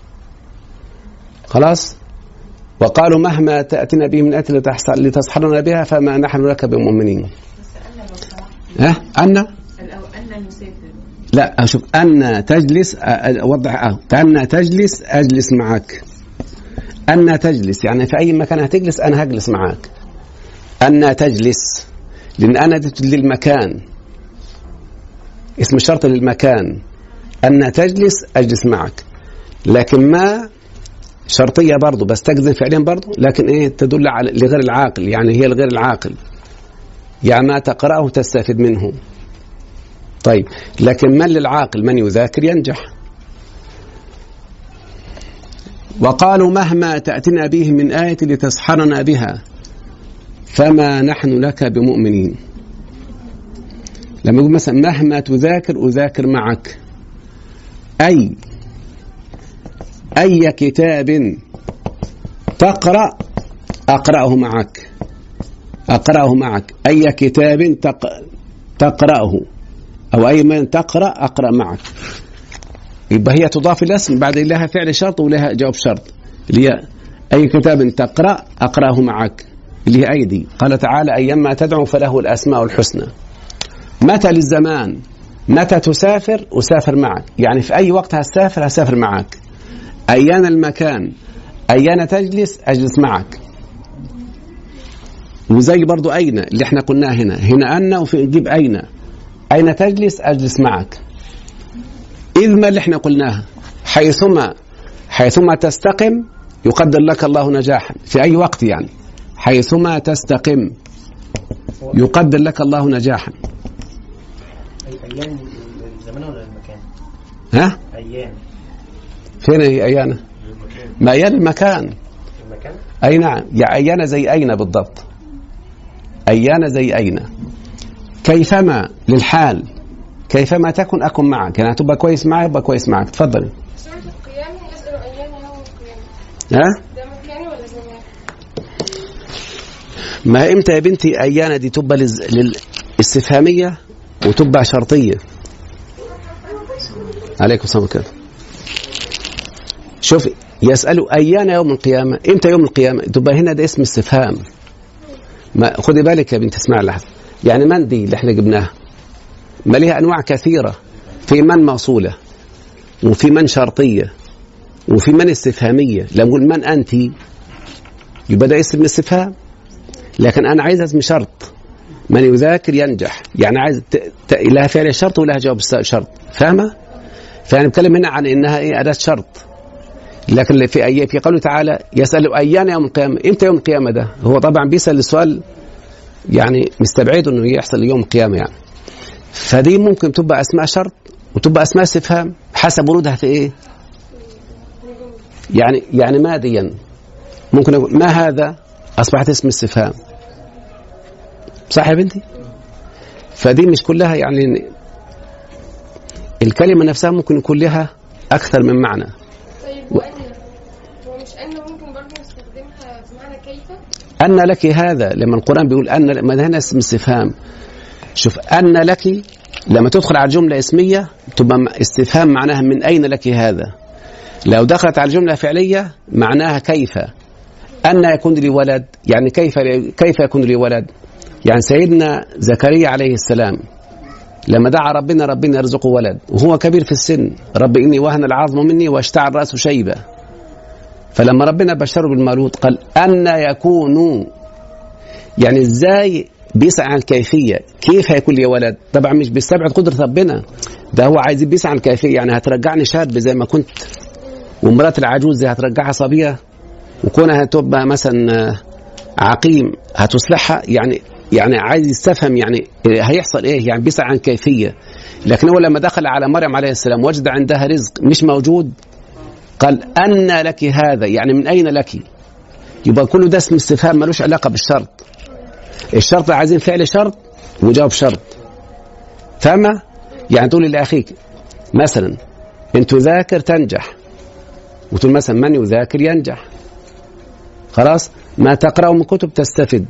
خلاص. وقالوا مهما تأتينا به من آية لتسحرنا بها فما نحن لك بمؤمنين. ها أن أن نسافر، لا أشوف أن تجلس، أوضح أه أن تجلس أجلس معك. أن تجلس يعني في أي مكان هتجلس أنا هجلس معك. أن تجلس لأن أنا للمكان، اسم الشرط للمكان. أن تجلس أجلس معك. لكن ما شرطية برضو بس تجزم فعليا برضو، لكن ايه تدل على لغير العاقل، يعني هي لغير العاقل، يعني ما تقرأه تستفيد منه. طيب لكن من للعاقل، من يذاكر ينجح. وقالوا مهما تأتنا به من آية لتسحرنا بها فما نحن لك بمؤمنين. لما يقول مثلا مهما تذاكر أذاكر معك، أي أي كتاب تقرأ أقرأه معك، أقرأه معك. أي كتاب تقرأه أو أي من تقرأ أقرأ معك. يبقى هي تضاف الاسم بعد لها فعل شرط ولها جواب شرط، اللي هي أي كتاب تقرأ أقرأه معك، اللي هي أيدي. قال تعالى أيما تدعو فله الأسماء الحسنى. متى للزمان، متى تسافر أسافر معك، يعني في أي وقت هسافر هسافر معك. أيان المكان، أيان تجلس أجلس معك. وزي برضو أين اللي احنا قلناه هنا، هنا أن وفي نجيب أين، أين تجلس أجلس معك. إذ ما اللي احنا قلناها، حيثما حيثما تستقم يقدر لك الله نجاحا في أي وقت، يعني حيثما تستقم يقدر لك الله نجاحا. أيام الزمان ولا المكان؟ ها؟ أيام فين هي أيانة؟ ما أيان المكان. المكان؟ أي نعم، يا أيانة زي أين بالضبط، أيانة زي أين. كيفما للحال، كيفما تكن أكن معك، يعني تبقى كويس معي يبقى كويس معك. تفضل. سورة القيامة يسأل أيام يوم القيامة. ها؟ ده مكاني ولا زمان؟ ما إمتى يا بنتي أيانة دي تبقى لز... للاستفهامية وتبقى شرطية. عليكم السلام عليكم. شوف، يسألوا أيان يوم القيامة، إمتى يوم القيامة؟ تبقى هنا ده اسم استفهام. ما خدي بالك يا بنت، اسمع لحظة. يعني من دي اللي احنا جبناها ما لها أنواع كثيرة، في من موصولة وفي من شرطية وفي من استفهامية. لما نقول من أنت يبقى ده اسم استفهام، لكن أنا عايز اسم شرط. من يذاكر ينجح، يعني عايز ت... ت... لها فعل شرط ولها جواب شرط، فاهمة؟ فأنا بتكلم هنا عن إنها إيه، أداة شرط. لكن في أي في قوله تعالى يسأل أيان يوم القيامة، إمتى يوم القيامة ده؟ هو طبعا بيسأل السؤال يعني مستبعد إنه يحصل يوم القيامة يعني. فدي ممكن تبقى أسماء شرط وتبقى أسماء استفهام حسب ورودها في إيه. يعني يعني ماديا ممكن أقول ما هذا، أصبحت اسم استفهام، صح يا بنتي؟ فدي مش كلها، يعني الكلمة نفسها ممكن يكون لها أكثر من معنى. طيب وأن هو مش أن ممكن برضه نستخدمها في معنى كيف؟ أن لك هذا، لما القرآن بيقول أن، ما هنا اسم استفهام. شوف، أن لك لما تدخل على الجملة اسمية تبقى استفهام معناها من أين لك هذا. لو دخلت على الجملة فعلية معناها كيف. أن يكون لي ولد، يعني كيف كيف يكون لي ولد. يعني سيدنا زكريا عليه السلام لما دعا ربنا ربنا يرزقه ولد وهو كبير في السن، رب إني وهن العظم مني واشتعل رأسه شيبة. فلما ربنا بشره بالمولود قال أن يكون، يعني إزاي بيسعى عن الكيفية، كيف هيكون لي ولد. طبعا مش بيستبعد قدرة ربنا، ده هو عايز بيسعى عن الكيفية. يعني هترجعني شاب زي ما كنت، ومرات العجوز زي هترجعها صبية، وكونها تبقى مثلا عقيم هتصلحها. يعني يعني عايز يستفهم يعني هيحصل ايه، يعني بيسعى عن كيفية. لكن هو لما دخل على مريم عليه السلام وجد عندها رزق مش موجود، قال أن لك هذا، يعني من أين لك. يبقى كله ده اسم استفهام ملوش علاقة بالشرط. الشرط عايزين فعل شرط وجواب شرط، فاهمة؟ يعني تقول لأخيك مثلا إن تذاكر تنجح، وتقول مثلا من يذاكر ينجح. خلاص، ما تقرأ من كتب تستفد.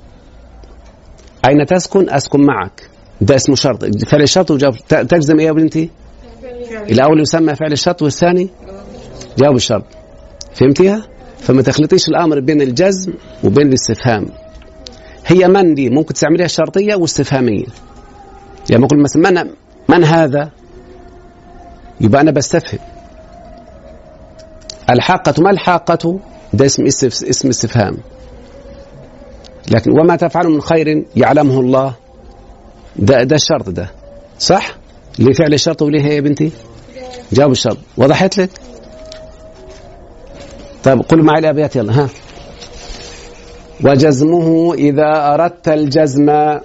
أين تسكن أسكن معك، ده اسمه شرط، فعل الشرط وجواب. تجزم إيه يا بنتي؟ الأول يسمى فعل الشرط والثاني جواب الشرط. فهمتيها؟ فما تخلطيش الأمر بين الجزم وبين الاستفهام. هي من دي ممكن تعمليها شرطية واستفهامية. يعني بقول مثلا من, من هذا، يبقى أنا بستفهم. الحاقة، ما الحاقة، ده اسم اسم استفهام. لكن وما تفعلوا من خير يعلمه الله، ده ده الشرط ده، صح؟ ليه فعل الشرط وليه هي يا بنتي جواب الشرط. وضحت لك؟ طيب قل معي الأبيات يلا. ها وجزمه إذا أردت الجزم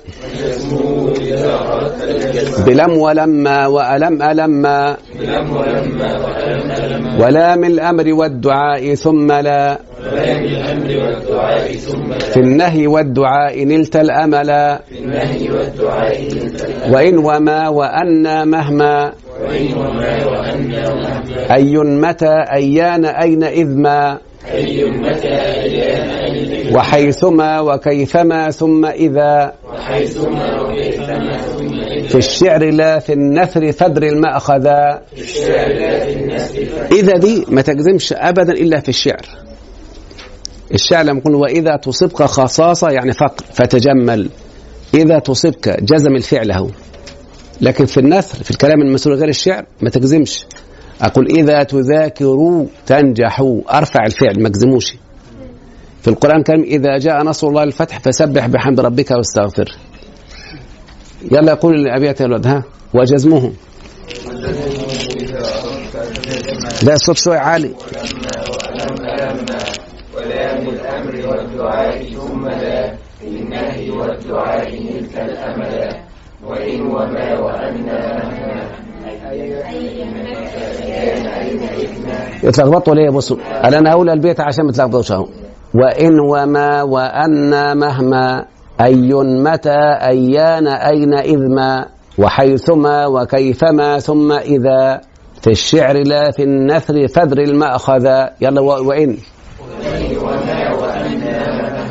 بلم ولما وألم ألما ولام الأمر والدعاء ثم لا في النهي والدعاء نلت الأمل وإن وما وأن مهما أي متى أيان أين إذ ما وحيثما وكيفما ثم إذا في الشعر لا في النثر فدر المأخذا. إذا دي ما تجزمش أبدا إلا في الشعر. الشعر لما يقول وإذا تصبك خصاصة يعني فقر فتجمل، إذا تصبك جزم الفعل هو. لكن في النثر في الكلام المسؤول غير الشعر ما تجزمش. أقول إذا تذاكروا تنجحوا، أرفع الفعل ما أجزموش. في القرآن الكريم إذا جاء نصر الله الفتح فسبح بحمد ربك واستغفر. يلا يقول الأبيات يا ولد ها وجزمه. لا الصوت شوي عالي. ولام الأمر والدعاء ثم لا في النهي والدعاء نلك الأملا وإن وما وأنا يتلخبطوا ليه؟ بصوا انا هقول البيت عشان ما تلخبطوش اهو. وان وما وان مهما اي متى ايان اين اذ ما وحيثما وكيفما ثم اذا في الشعر لا في النثر فدر المأخذ. يلا وان وما وأنا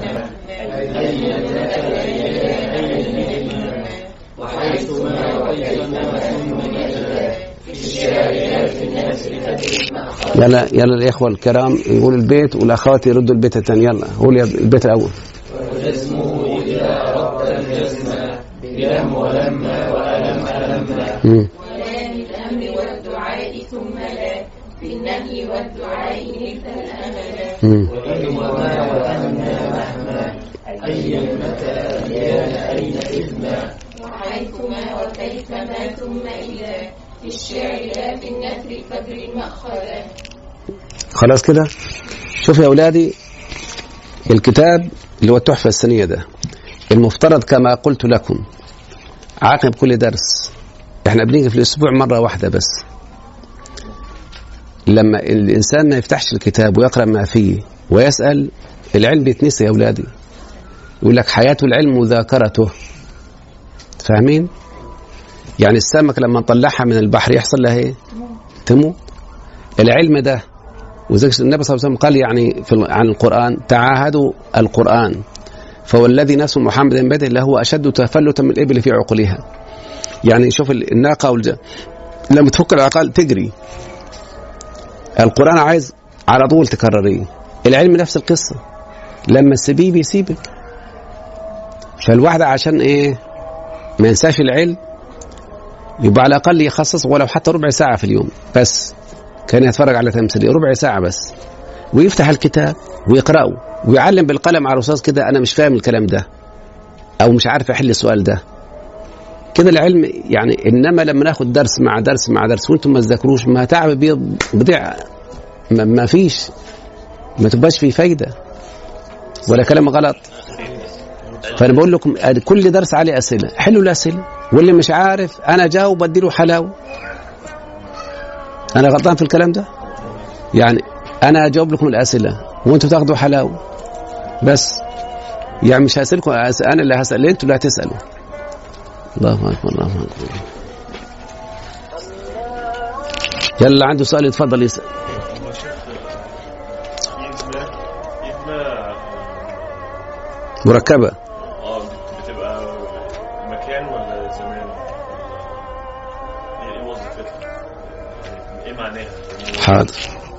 وحيثما وكيفما ثم إذا في الشعر لا في النثر فدر المأخذ. يلا يلا الإخوة الكرام يقول البيت والأخوات يردوا البيت الثاني. يلا قول البيت الأول. وجزمه إذا أردت الجزم بلم ولما وألم ألمنا ولام الأمر والدعاء ثم لا في النهي والدعاء نلك الأملا وإن وما وأنا مهما أي متى أيان أين إذما وحيثما وكيفما ثم إذا في الشعر لا في النثر فدر المأخذ. خلاص كده. شوف يا أولادي الكتاب اللي هو التحفة السنية ده المفترض كما قلت لكم عقب كل درس احنا بنيجي في الأسبوع مرة واحدة بس. لما الإنسان ما يفتحش الكتاب ويقرأ ما فيه ويسأل العلم بيتنسي يا أولادي. يقول لك حياة العلم مذاكرته. فاهمين؟ يعني السمك لما نطلعها من البحر يحصل لها ايه؟ تموت. العلم ده وذلك النبي صلى الله عليه وسلم قال يعني في عن القرآن تعاهدوا القرآن فوالذي نفس محمد بيده لهو أشد تفلتا من الإبل في عقلها. يعني شوف الناقة والج... لما تفك العقال تجري. القرآن عايز على طول تكرريه. العلم نفس القصة لما تسيبيه بيسيبك. فالواحد عشان ايه ما ينساش العلم يبقى على الأقل يخصص ولو حتى ربع ساعة في اليوم بس. كان يتفرج على تمثيلية ربع ساعة بس ويفتح الكتاب ويقرأه ويعلم بالقلم على الأستاذ كده أنا مش فاهم الكلام ده أو مش عارف أحل السؤال ده كده العلم يعني. إنما لما ناخد درس مع درس مع درس وأنتم ما تذاكروش ما تعب بيضيع ما, ما فيش ما تبقاش فيه فايدة ولا كلام غلط. فأنا بقول لكم كل درس عليه أسئلة حلوا الأسئلة واللي مش عارف أنا جاوب بديله حلاوة. أنا غلطان في الكلام ده يعني أنا أجاوب لكم الأسئلة وأنتوا تاخدوا حلاوة بس. يعني مش هسألكم أنا اللي هسأل أنتوا اللي هتسألوا. الله أكبر الله أكبر. يلا عنده سؤال يتفضل يسأل. مركبة اه بتبقى مكان ولا زمان؟ ايه وظيفتها؟ ايه معناها؟ حاضر.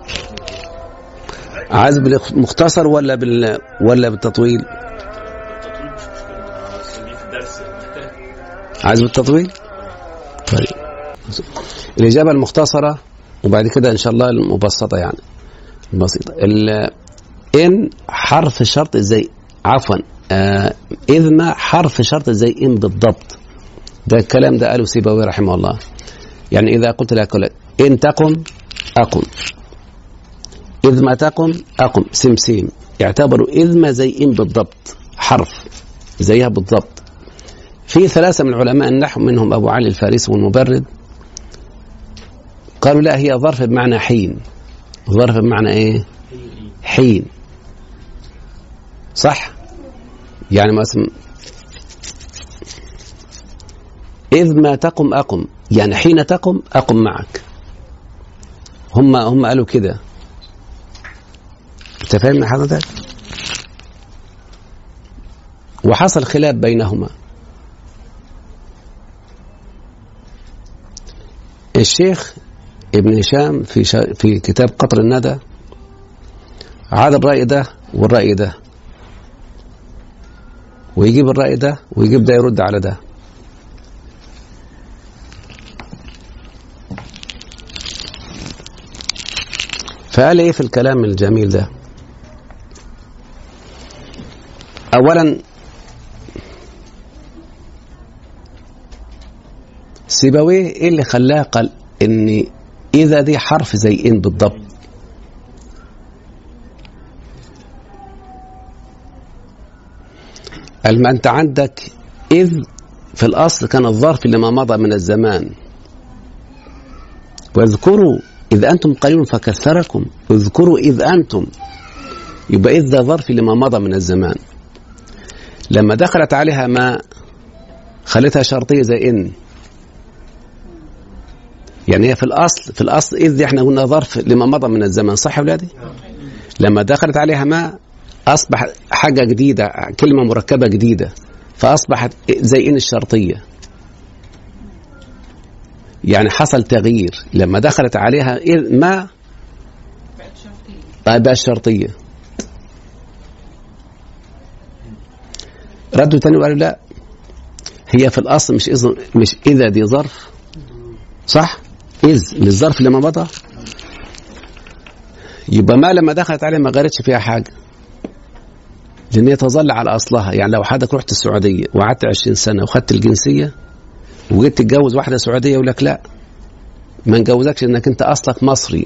عايز بالمختصر ولا بال ولا بالتطويل؟ التطويل مش مشكلة بس دي في الدرس. عايز بالتطويل؟ طيب الإجابة المختصرة وبعد كده إن شاء الله المبسطة يعني البسيطة. إن حرف شرط زي عفوا آه إذ ما حرف شرط زي إن بالضبط. ده الكلام ده قاله سيبويه رحمه الله. يعني إذا قلت لك إن تقم أقم إذ ما تقم أقم سمسيم يعتبروا إذ ما زي إن بالضبط حرف زيها بالضبط. في ثلاثة من علماء النحو منهم أبو علي الفارسي والمبرد قالوا لا هي ظرف بمعنى حين. ظرف بمعنى إيه؟ حين صح. يعني مثلا إذ ما تقم أقم يعني حين تقم أقم معك. هم هم قالوا كده. أنت فاهم حضرتك؟ وحصل خلاف بينهما. الشيخ ابن هشام في شا... في كتاب قطر الندى عاد الرأي ده والرأي ده ويجيب الرأي ده ويجيب ده يرد على ده. فقال ايه في الكلام الجميل ده؟ اولا سيبويه ايه اللي خلاه قال ان اذا دي حرف زي ان بالضبط؟ قال ما انت عندك اذ في الاصل كان الظرف لما مضى من الزمان، واذكروا اذ انتم قليل فكثركم، اذكروا اذ انتم، يبقى اذ ده ظرف لما مضى من الزمان. لما دخلت عليها ما خلتها شرطيه زي ان، يعني هي في الاصل في الاصل اذ احنا قلنا ظرف لما مضى من الزمان، صح يا ولادي؟ لما دخلت عليها ما اصبح حاجه جديده، كلمه مركبه جديده، فاصبحت زي ان الشرطيه، يعني حصل تغيير لما دخلت عليها ما بقى الشرطيه. ردوا تاني وقالوا لا، هي في الاصل مش إذ مش اذا دي ظرف، صح؟ إذ للظرف لما مضى، يبقى ما لما دخلت عليه ما غيرتش فيها حاجة، لأن هي تظل على أصلها. يعني لو حضرتك رحت السعودية وقعدت عشرين سنة وخدت الجنسية وجيت تتجوز واحدة سعودية يقول لك لا ما نجوزكش إنك أنت أصلك مصري.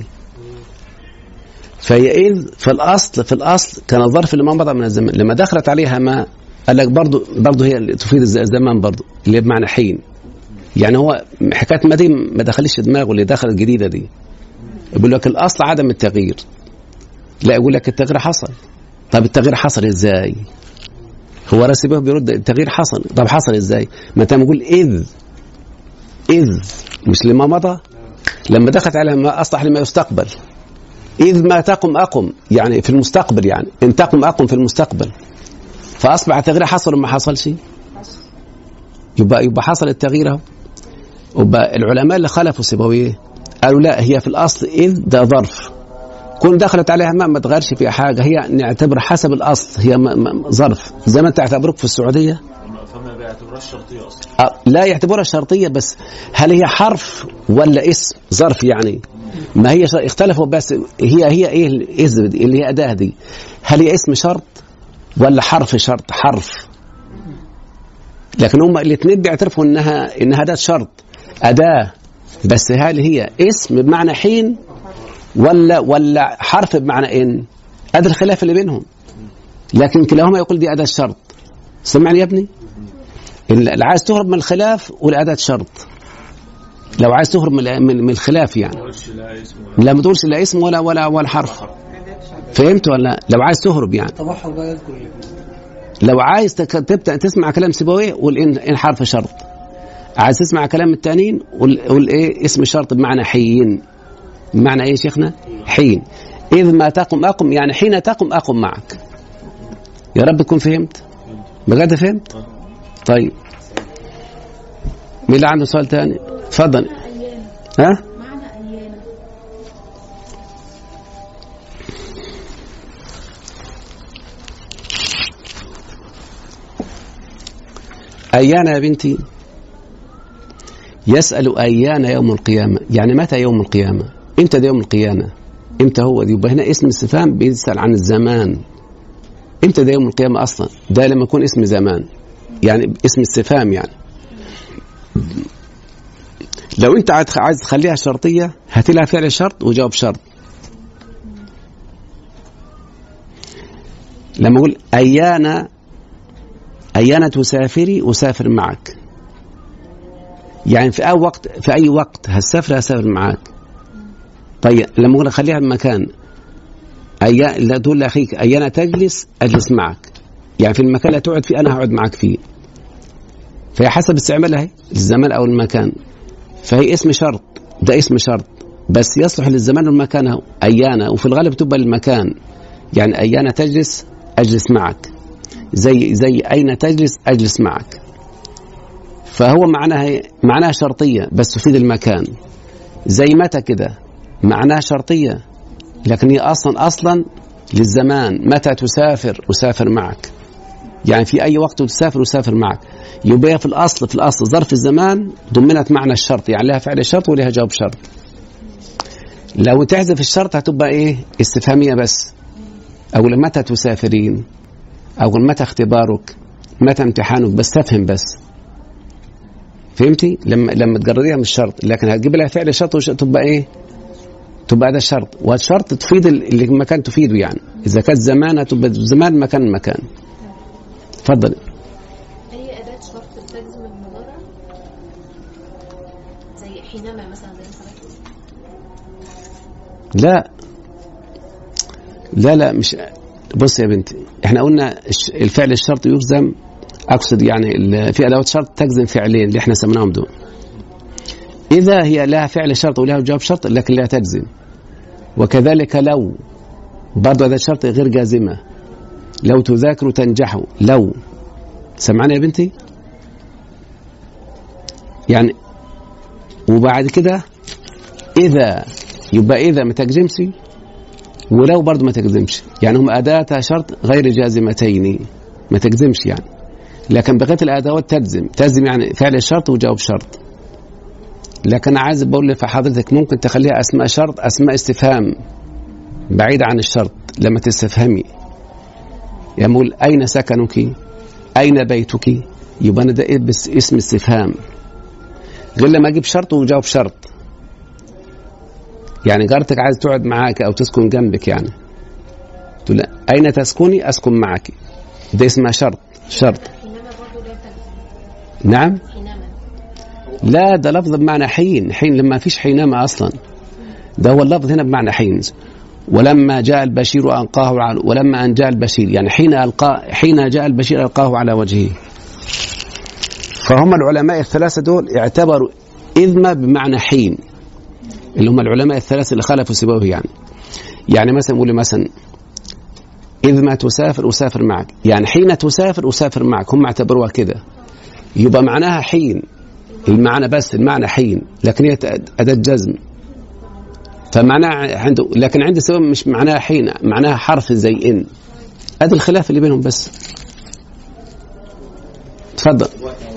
فهي إذ في الأصل في الأصل كان الظرف لما مضى من الزمان، لما دخلت عليها ما قال لك برضو برضو هي تفيد الزمان برضو اللي بمعنى حين. يعني هو حكاية ما دي ما دخلش دماغه اللي دخل الجديدة دي، يقول لك الأصل عدم التغيير، لا يقول لك التغيير حصل. طب التغيير حصل ازاي؟ هو راسبه بيرد التغيير حصل، طب حصل ازاي؟ ما انت بتقول اذ اذ مش لما مضى، لما دخلت على ما اصلح لما يستقبل. اذ ما تقم اقم يعني في المستقبل، يعني ان تقم اقم في المستقبل، فاصبح التغيير حصل وما حصلش، يبقى يبقى حصل التغيير اهو. يبقى العلماء اللي خلفوا سيبويه قالوا لا، هي في الاصل اذ ده ظرف، كون دخلت عليها ما ما تغيرش فيها حاجه، هي نعتبر حسب الاصل هي ظرف، زي ما انت تعتبرك في السعوديه فما بيعتبرها الشرطيه اصلا. أه لا يعتبرها شرطيه، بس هل هي حرف ولا اسم ظرف؟ يعني ما هي اختلفوا، بس هي هي ايه الاذ اللي هي اداه دي، هل هي اسم شرط ولا حرف شرط؟ حرف. لكن هم الاثنين بيعترفوا انها انها اداه شرط، اداه، بس هل هي اسم بمعنى حين ولا ولا حرف بمعنى ان؟ هذا الخلاف اللي بينهم، لكن كلاهما يقول دي اداه شرط. سمعني يا ابني، اللي عايز تهرب من الخلاف والاداه شرط، لو عايز تهرب من من الخلاف يعني لا ما تقولش لا اسم ولا ولا ولا حرف. فهمت ولا؟ لو عايز تهرب يعني التبحر بقى يذكر الاثنين. لو عايز تبدا تسمع كلام سيبويه قول ان ان حرف شرط، عايز تسمع كلام التانيين قول ايه اسم شرط بمعنى حين. بمعنى ايه يا شيخنا؟ حين. اذ ما تقم اقم يعني حين تقم اقم معك. يا رب تكون فهمت بجد، فهمت؟ طيب مين اللي عنده سؤال تاني؟ اتفضل. ها؟ أيان يا بنتي؟ يسأل أيان يوم القيامة، يعني متى يوم القيامة؟ إمتى ده يوم القيامة؟ إمتى هو دي؟ يبقى هنا اسم استفهام بيسأل عن الزمان. إمتى ده يوم القيامة أصلا؟ ده لما يكون اسم زمان، يعني اسم استفهام. يعني لو أنت عايز تخليها شرطية هات لها فعل شرط وجواب شرط. لما أقول أيان أيان تسافري أسافر معك، يعني في أي وقت في أي وقت هسافر هسافر معك. طيب لما أقول خليها بمكان، أيان لا تقول لأخيك أيان تجلس أجلس معك، يعني في المكان اللي تقعد فيه أنا هقعد معك فيه. فهي حسب استعمالها الزمان أو المكان، فهي اسم شرط، ده اسم شرط بس يصلح للزمان والمكان أهو أيان، وفي الغالب تبقى للمكان. يعني أيان تجلس أجلس معك، زي زي أين تجلس أجلس معك. فهو معناها معناها شرطية بس تفيد المكان، زي متى كده معناها شرطية لكن هي أصلا أصلا للزمان. متى تسافر أسافر معك، يعني في أي وقت تسافر أسافر معك. يبقى في الأصل في الأصل ظرف الزمان ضمنت معنى الشرط، يعني لها فعل شرط ولها جواب شرط. لو تحذف الشرط هتبقى ايه؟ استفهامية بس. أقول متى تسافرين، أقول متى اختبارك، متى امتحانك، بس تفهم بس. فهمتي؟ لما لما تجرديها من الشرط، لكن هتجيب لها فعل شرط تبقى ايه؟ تبقى ده الشرط، والشرط تفيد اللي المكان تفيده، يعني إذا كانت زمان هتبقى زمان، مكان مكان. اتفضل. أي أداة شرط بتجزم المضارع زي حينما مثلا زي لا لا لا مش. بص يا بنتي، احنا قلنا الفعل الشرط يجزم، اقصد يعني في ادوات شرط تجزم فعلين اللي احنا سميناهم دول. اذا هي لها فعل شرط ولها جواب شرط لكن لا تجزم، وكذلك لو برضه اداه شرط غير جازمه. لو تذاكروا تنجحوا، لو. سمعنا يا بنتي؟ يعني وبعد كده اذا، يبقى اذا ما تجزمش، ولو برضه ما تجزمش، يعني هم أداة شرط غير جازمتين ما تجزمش يعني، لكن بقية الأدوات تجزم. تجزم يعني فعل الشرط وجواب شرط. لكن عايز بقول لحضرتك ممكن تخليها أسماء شرط، أسماء استفهام بعيدة عن الشرط لما تستفهمي. يقول أين سكنك، أين بيتك، يبقى أنا ده اسم استفهام، غير لما أجيب شرط وجواب شرط. يعني جارتك عايز تقعد معاك أو تسكن جنبك، يعني تقول أين تسكني، أسكن معك، ده اسمها شرط. شرط. نعم. لا ده لفظ بمعنى حين. حين لما فيش حينما أصلا، ده هو اللفظ هنا بمعنى حين. ولما جاء البشير ألقاه على، ولما أن جاء البشير يعني حين ألقى، حين جاء البشير ألقاه على وجهه. فهم العلماء الثلاثة دول اعتبروا إذ بمعنى حين، اللي هم العلماء الثلاثة اللي خالفوا سبوه. يعني يعني مثلا نقول مثلا إذ ما تسافر أسافر معك، يعني حين تسافر أسافر معك، هم اعتبروها كده، يبقى معناها حين، المعنى بس المعنى حين، لكن هي أداة جزم، فمعناها عنده، لكن عند سبب مش معناها حين، معناها حرف زي إن. هذا الخلاف اللي بينهم بس. تفضل.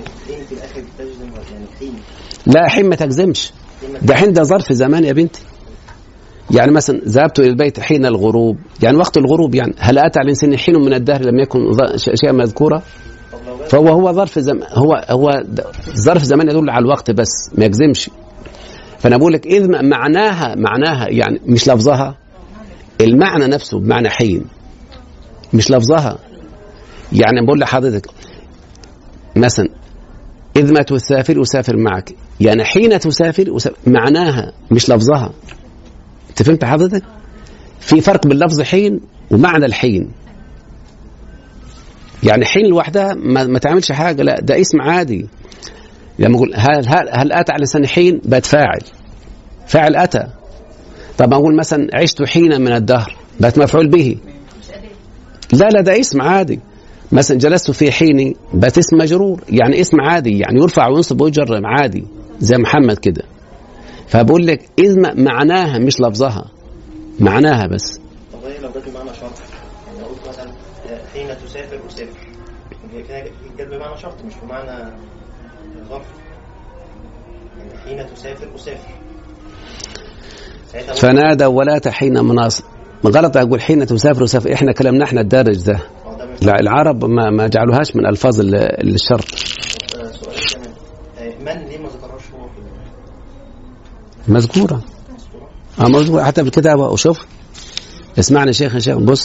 لا حين ما تجزمش، ده حين ده ظرف زمان يا بنتي. يعني مثلا ذهبت إلى البيت حين الغروب، يعني وقت الغروب، يعني هل أتى على الإنسان حين من الدهر لم يكن شيئا مذكورا؟ فهو هو ظرف زمان، هو هو ظرف زمان يدل على الوقت بس ما يجزمش. فأنا بقول لك إذ معناها، معناها يعني مش لفظها، المعنى نفسه بمعنى حين مش لفظها. يعني بقول لحضرتك مثلا إذ ما تسافر أسافر معك، يعني حين تسافر أسافر، معناها مش لفظها. أنت فهمت حضرتك؟ في فرق بين لفظ حين ومعنى الحين. يعني حين لوحدها ما, ما تعملش حاجة، لا ده اسم عادي. لما أقول هل, هل, هل أتى على لسان حين، بقت فاعل، فاعل أتى. طب أقول مثلا عشت حين من الدهر، بقت مفعول به. لا لا ده اسم عادي. مثلا جلست في حين، بقت اسم مجرور، يعني اسم عادي، يعني يرفع وينصب ويجر عادي زي محمد كده. فبقول لك إذ معناها مش لفظها، معناها بس. طب لو جت بمعنى شرط، يعني قلت مثلا حين تسافر أسافر، كده جت بمعنى شرط مش بمعنى ظرف. يعني حين تسافر أسافر، فنادى ولا حين مناصب. غلط أقول حين تسافر أسافر، إحنا كلامنا إحنا الدارج ده. لا العرب ما ما جعلوهاش من ألفاظ الشرط. سؤال كمان، من ليه ما ذكرهاش هو في مذكورة؟ اه مذكورة حتى في الكتاب. وشوف اسمعني شيخ يا شيخ، بص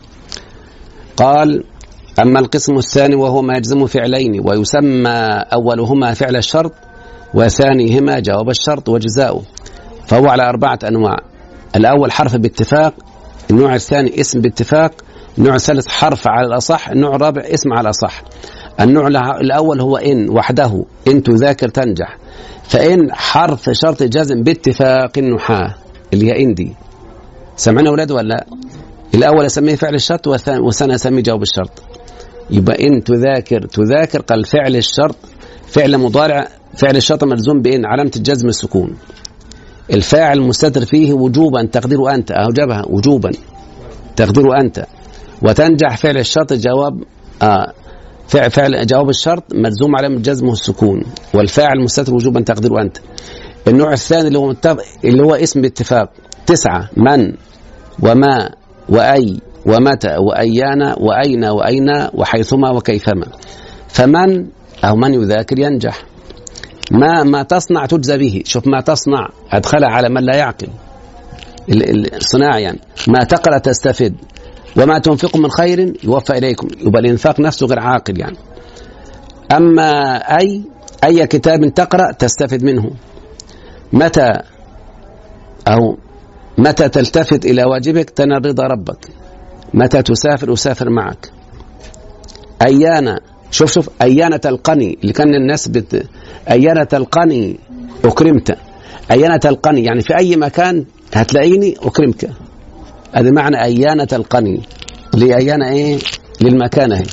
قال أما القسم الثاني وهو ما يجزم فعلين ويسمى أولهما فعل الشرط وثانيهما جواب الشرط وجزاؤه، فهو على أربعة أنواع. الأول حرف باتفاق، النوع الثاني اسم باتفاق، النوع الثالث حرف على الأصح، النوع الرابع اسم على الأصح. النوع الأول هو إن وحده، إن تذاكر تنجح. فإن حرف شرط جزم باتفاق النحاة اللي هي إن دي. سمعنا أولاد ولا؟ الأول أسميه فعل الشرط والثاني أسميه جواب الشرط. يبقى إن تذاكر، تذاكر قال فعل الشرط فعل مضارع، فعل الشرط ملزوم بإن علامة الجزم السكون. الفاعل مستتر فيه وجوبا تقدير أنت، أوجبها وجوبا تقدير أنت. وتنجح فعل الشرط جواب آه فعل, فعل جواب الشرط ملزوم علامة جزمه السكون، والفاعل مستتر وجوبا تقدير أنت. النوع الثاني اللي هو اللي هو اسم باتفاق، تسعة: من وما وأي ومتى وأيان وأين وأين وحيثما وكيفما. فمن أو من يذاكر ينجح. ما ما تصنع تجزى به. شوف ما تصنع أدخلها على من لا يعقل الصناعة يعني. ما تقرأ تستفد، وما تنفق من خير يوفى إليكم. يبقى الإنفاق نفسه غير عاقل يعني. أما أي أي كتاب تقرأ تستفد منه. متى أو متى تلتفت إلى واجبك تنال رضا ربك. متى تسافر أسافر معك. أيانا شوف شوف أيانا تلقني اللي كان الناس بت... أيانا تلقني أكرمت. أيانا تلقني يعني في أي مكان هتلاقيني أكرمك. هذا معنى أيانا تلقني. لأيانا إيه؟ للمكان هي.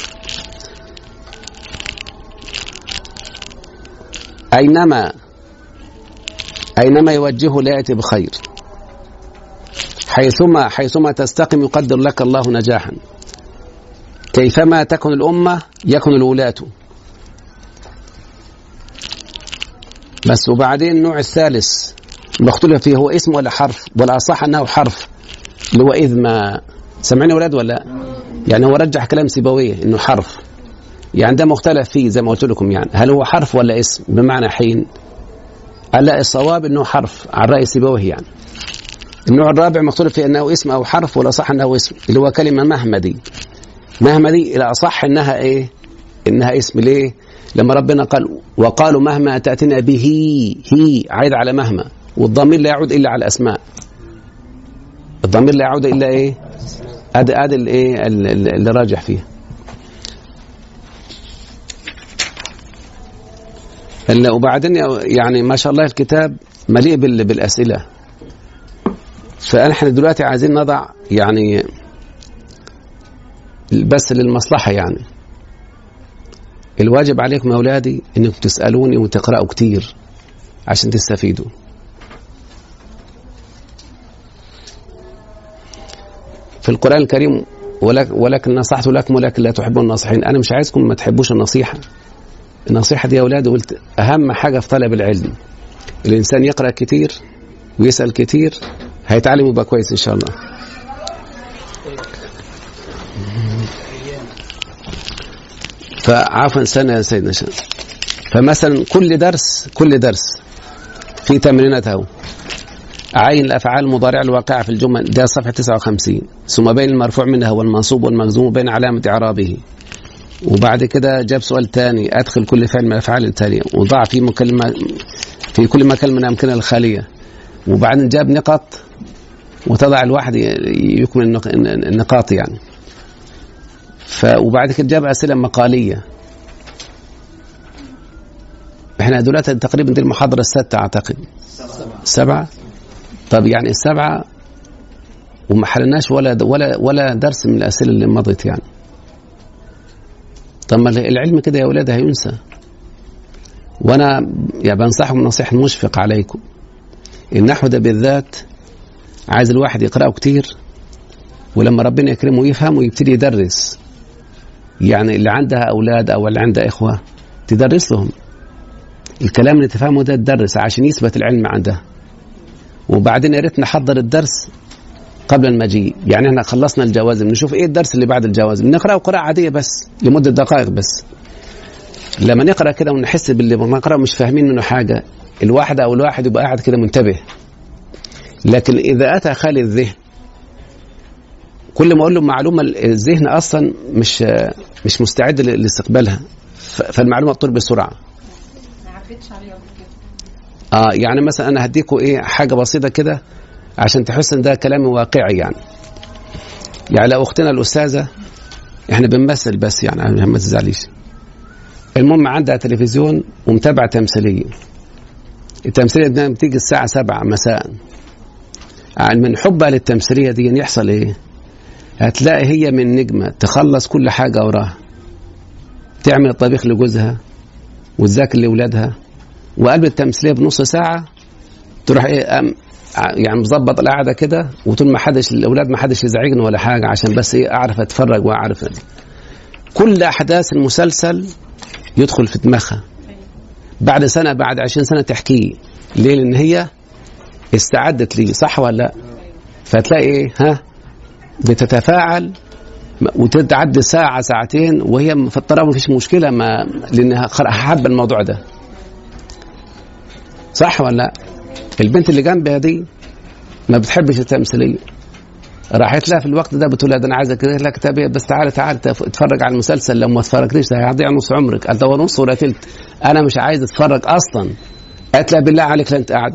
أينما أينما يوجهه لا يأتي بخير. حيثما حيثما تستقم يقدر لك الله نجاحا. كيفما تكن الأمة يكن الولاة. بس. وبعدين النوع الثالث مختلف فيه هو اسم ولا حرف، ولا أصح أنه حرف اللي هو إذ ما. سمعني أولاد ولا؟ يعني هو رجح كلام سيبويه إنه حرف، يعني ده مختلف فيه زي ما قلت لكم. يعني هل هو حرف ولا اسم بمعنى حين؟ ألا الصواب إنه حرف على رأي سيبويه يعني. النوع الرابع مختلف في أنه اسم أو حرف، ولا صح أنه اسم اللي هو كلمة مهما دي. مهما دي إلى أصح إنها إيه؟ إنها اسم. ليه؟ لما ربنا قال وقالوا مهما تأتنا به، هي عايد على مهما، والضمير لا يعود إلا على الأسماء. الضمير لا يعود إلا إيه؟ هذا هذا الإيه اللي راجح فيه. وبعدين يعني ما شاء الله الكتاب مليء بالأسئلة. فنحن دلوقتي عايزين نضع يعني بس للمصلحة يعني. الواجب عليكم يا أولادي إنكم تسألوني وتقرأوا كتير عشان تستفيدوا. في القرآن الكريم ولك ولكن نصحت لكم ولكن لا تحبون الناصحين. أنا مش عايزكم ما تحبوش النصيحة. النصيحة دي يا أولادي قلت أهم حاجة في طلب العلم. الإنسان يقرأ كتير ويسأل كتير هيتعلم ويبقى كويس إن شاء الله. فعافا سنة يا سيدنا شان. فمثلا كل درس كل درس في تمرينته. عين الأفعال المضارعة الواقعة في الجمل ده صفحة تسعة وخمسين. ثم بين المرفوع منها والمنصوب والمجزوم بين علامة إعرابه. وبعد كده جاب سؤال تاني: أدخل كل فعل من الأفعال التالية وضع في مكلمة في كل مكان من الأمكنة الخالية. وبعدين جاب نقط وتضع الواحد يكمل النقاط يعني. ف وبعد كده جاب أسئلة مقالية. احنا دلوقتي تقريبا دي المحاضرة الستة أعتقد. سبعة. طب يعني السبعة وما حلناش ولا ولا ولا درس من الأسئلة اللي مضت يعني. طب ما العلم كده يا أولاد هينسى. وأنا يعني بنصحكم نصيحة مشفق عليكم. النحو ده بالذات عايز الواحد يقرأه كتير، ولما ربنا يكرمه ويفهم ويبتدي يدرس. يعني اللي عندها أولاد أو اللي عندها إخوة تدرس لهم الكلام اللي تفهمه ده، تدرس عشان يثبت العلم عندها. وبعدين يا ريت نحضر الدرس قبل المجيء. يعني احنا خلصنا الجوازم نشوف ايه الدرس اللي بعد الجوازم، نقرأه قراءة عادية بس لمدة دقائق بس. لما نقرأ كده ونحس باللي بنقرأ مش فاهمين منه حاجة، الواحد أو الواحد يبقى قاعد كده منتبه. لكن إذا أتى خالي الذهن كل ما أقول له معلومة الذهن أصلا مش مش مستعد لاستقبالها، فالمعلومة تطير بسرعة. آه يعني مثلا أنا هديكوا إيه حاجة بسيطة كده عشان تحس إن ده كلام واقعي يعني. يعني لو أختنا الأستاذة إحنا بنمثل بس يعني ما تزعليش. المهم عندها تلفزيون ومتابعة تمثيلية. التمثيلية دي بتيجي الساعة سبعة مساء. يعني من حبها للتمثيلية دي يحصل إيه؟ هتلاقي هي من نجمة تخلص كل حاجة وراها، تعمل الطبيخ لجوزها وتذاكر لأولادها، وقلب التمثيلية بنص ساعة تروح إيه أم يعني مظبط القعدة كده، وطول ما حدش الأولاد ما حدش يزعجني ولا حاجة عشان بس إيه أعرف أتفرج وأعرف كل أحداث المسلسل يدخل في دماغها. بعد سنة بعد عشرين سنة تحكيه. ليه؟ لأن هي استعدت ليه. صح ولا لا؟ فتلاقي ايه ها بتتفاعل وتتعدي ساعة ساعتين وهي في الطريق ما فيش مشكلة، ما لأنها حابة الموضوع ده. صح ولا لا؟ البنت اللي جنبها دي ما بتحبش التمثيلية، راحت لها في الوقت ده بتقول لها ده انا عايزه كده لك كتابيه بس تعالى تعالى اتفرج على المسلسل، لو ما اتفرجتيش هيضيع نص عمرك. قالت له نص ولا تلت، انا مش عايز اتفرج اصلا. قالت لها بالله عليك لا انت قاعده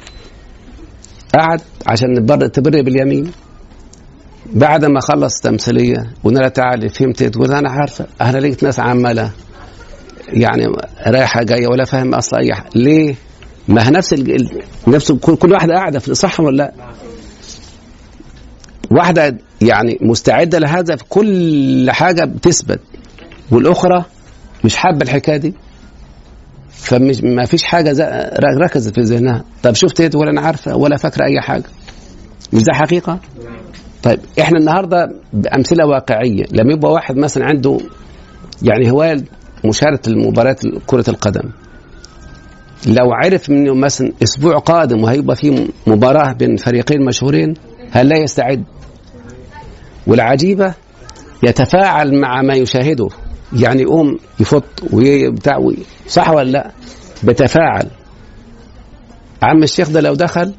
قعد عشان تبرئ باليمين. بعد ما خلص تمثيليه قلنا لها تعالي فهمت؟ تقول انا عارفه، انا لقيت ناس عماله يعني رايحه جايه ولا فاهم اصلا اي حاجه. ليه؟ ما هي نفس ال... نفس كل واحده قاعده في صح ولا لا؟ واحدة يعني مستعدة لهذا في كل حاجة بتثبت، والأخرى مش حابة الحكاية دي، فمش ما فيش حاجة ركزت في ذهنها. طب شفت ايه؟ ولا أنا عارفة ولا فاكرة أي حاجة. مش ده حقيقة؟ طيب إحنا النهاردة بأمثلة واقعية. لما يبقى واحد مثلا عنده يعني هواية مشاهدة المباريات كرة القدم، لو عرف منه مثلا أسبوع قادم وهيبقى فيه مباراة بين فريقين مشهورين، هل لا يستعد؟ والعجيبة يتفاعل مع ما يشاهده، يعني يقوم يفط ويبتاع. صح ولا لا؟ بتفاعل. عم الشيخ ده لو دخل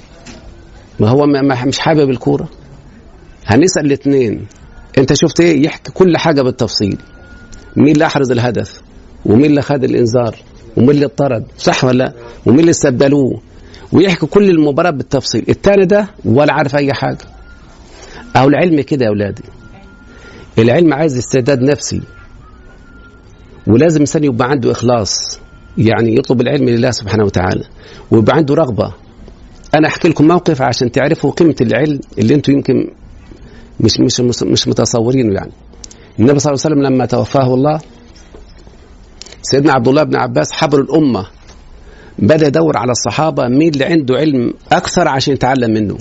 ما هو ما مش حابب الكورة، هنسأل الاثنين انت شفت ايه؟ يحكي كل حاجة بالتفصيل، مين اللي احرز الهدف ومين اللي خد الانذار ومين اللي اطرد، صح ولا لا؟ ومين اللي استبدلوه، ويحكي كل المباراة بالتفصيل. التاني ده ولا عارف اي حاجة. اهو العلم كده يا اولادي، العلم عايز استعداد نفسي، ولازم الانسان يبقى عنده اخلاص، يعني يطلب العلم لله سبحانه وتعالى ويبقى عنده رغبة. انا احكي لكم موقف عشان تعرفوا قيمة العلم اللي انتم يمكن مش مش مش متصورينه. يعني النبي صلى الله عليه وسلم لما توفاه الله، سيدنا عبد الله بن عباس حبر الامة بدأ يدور على الصحابة مين اللي عنده علم أكثر عشان يتعلم منه.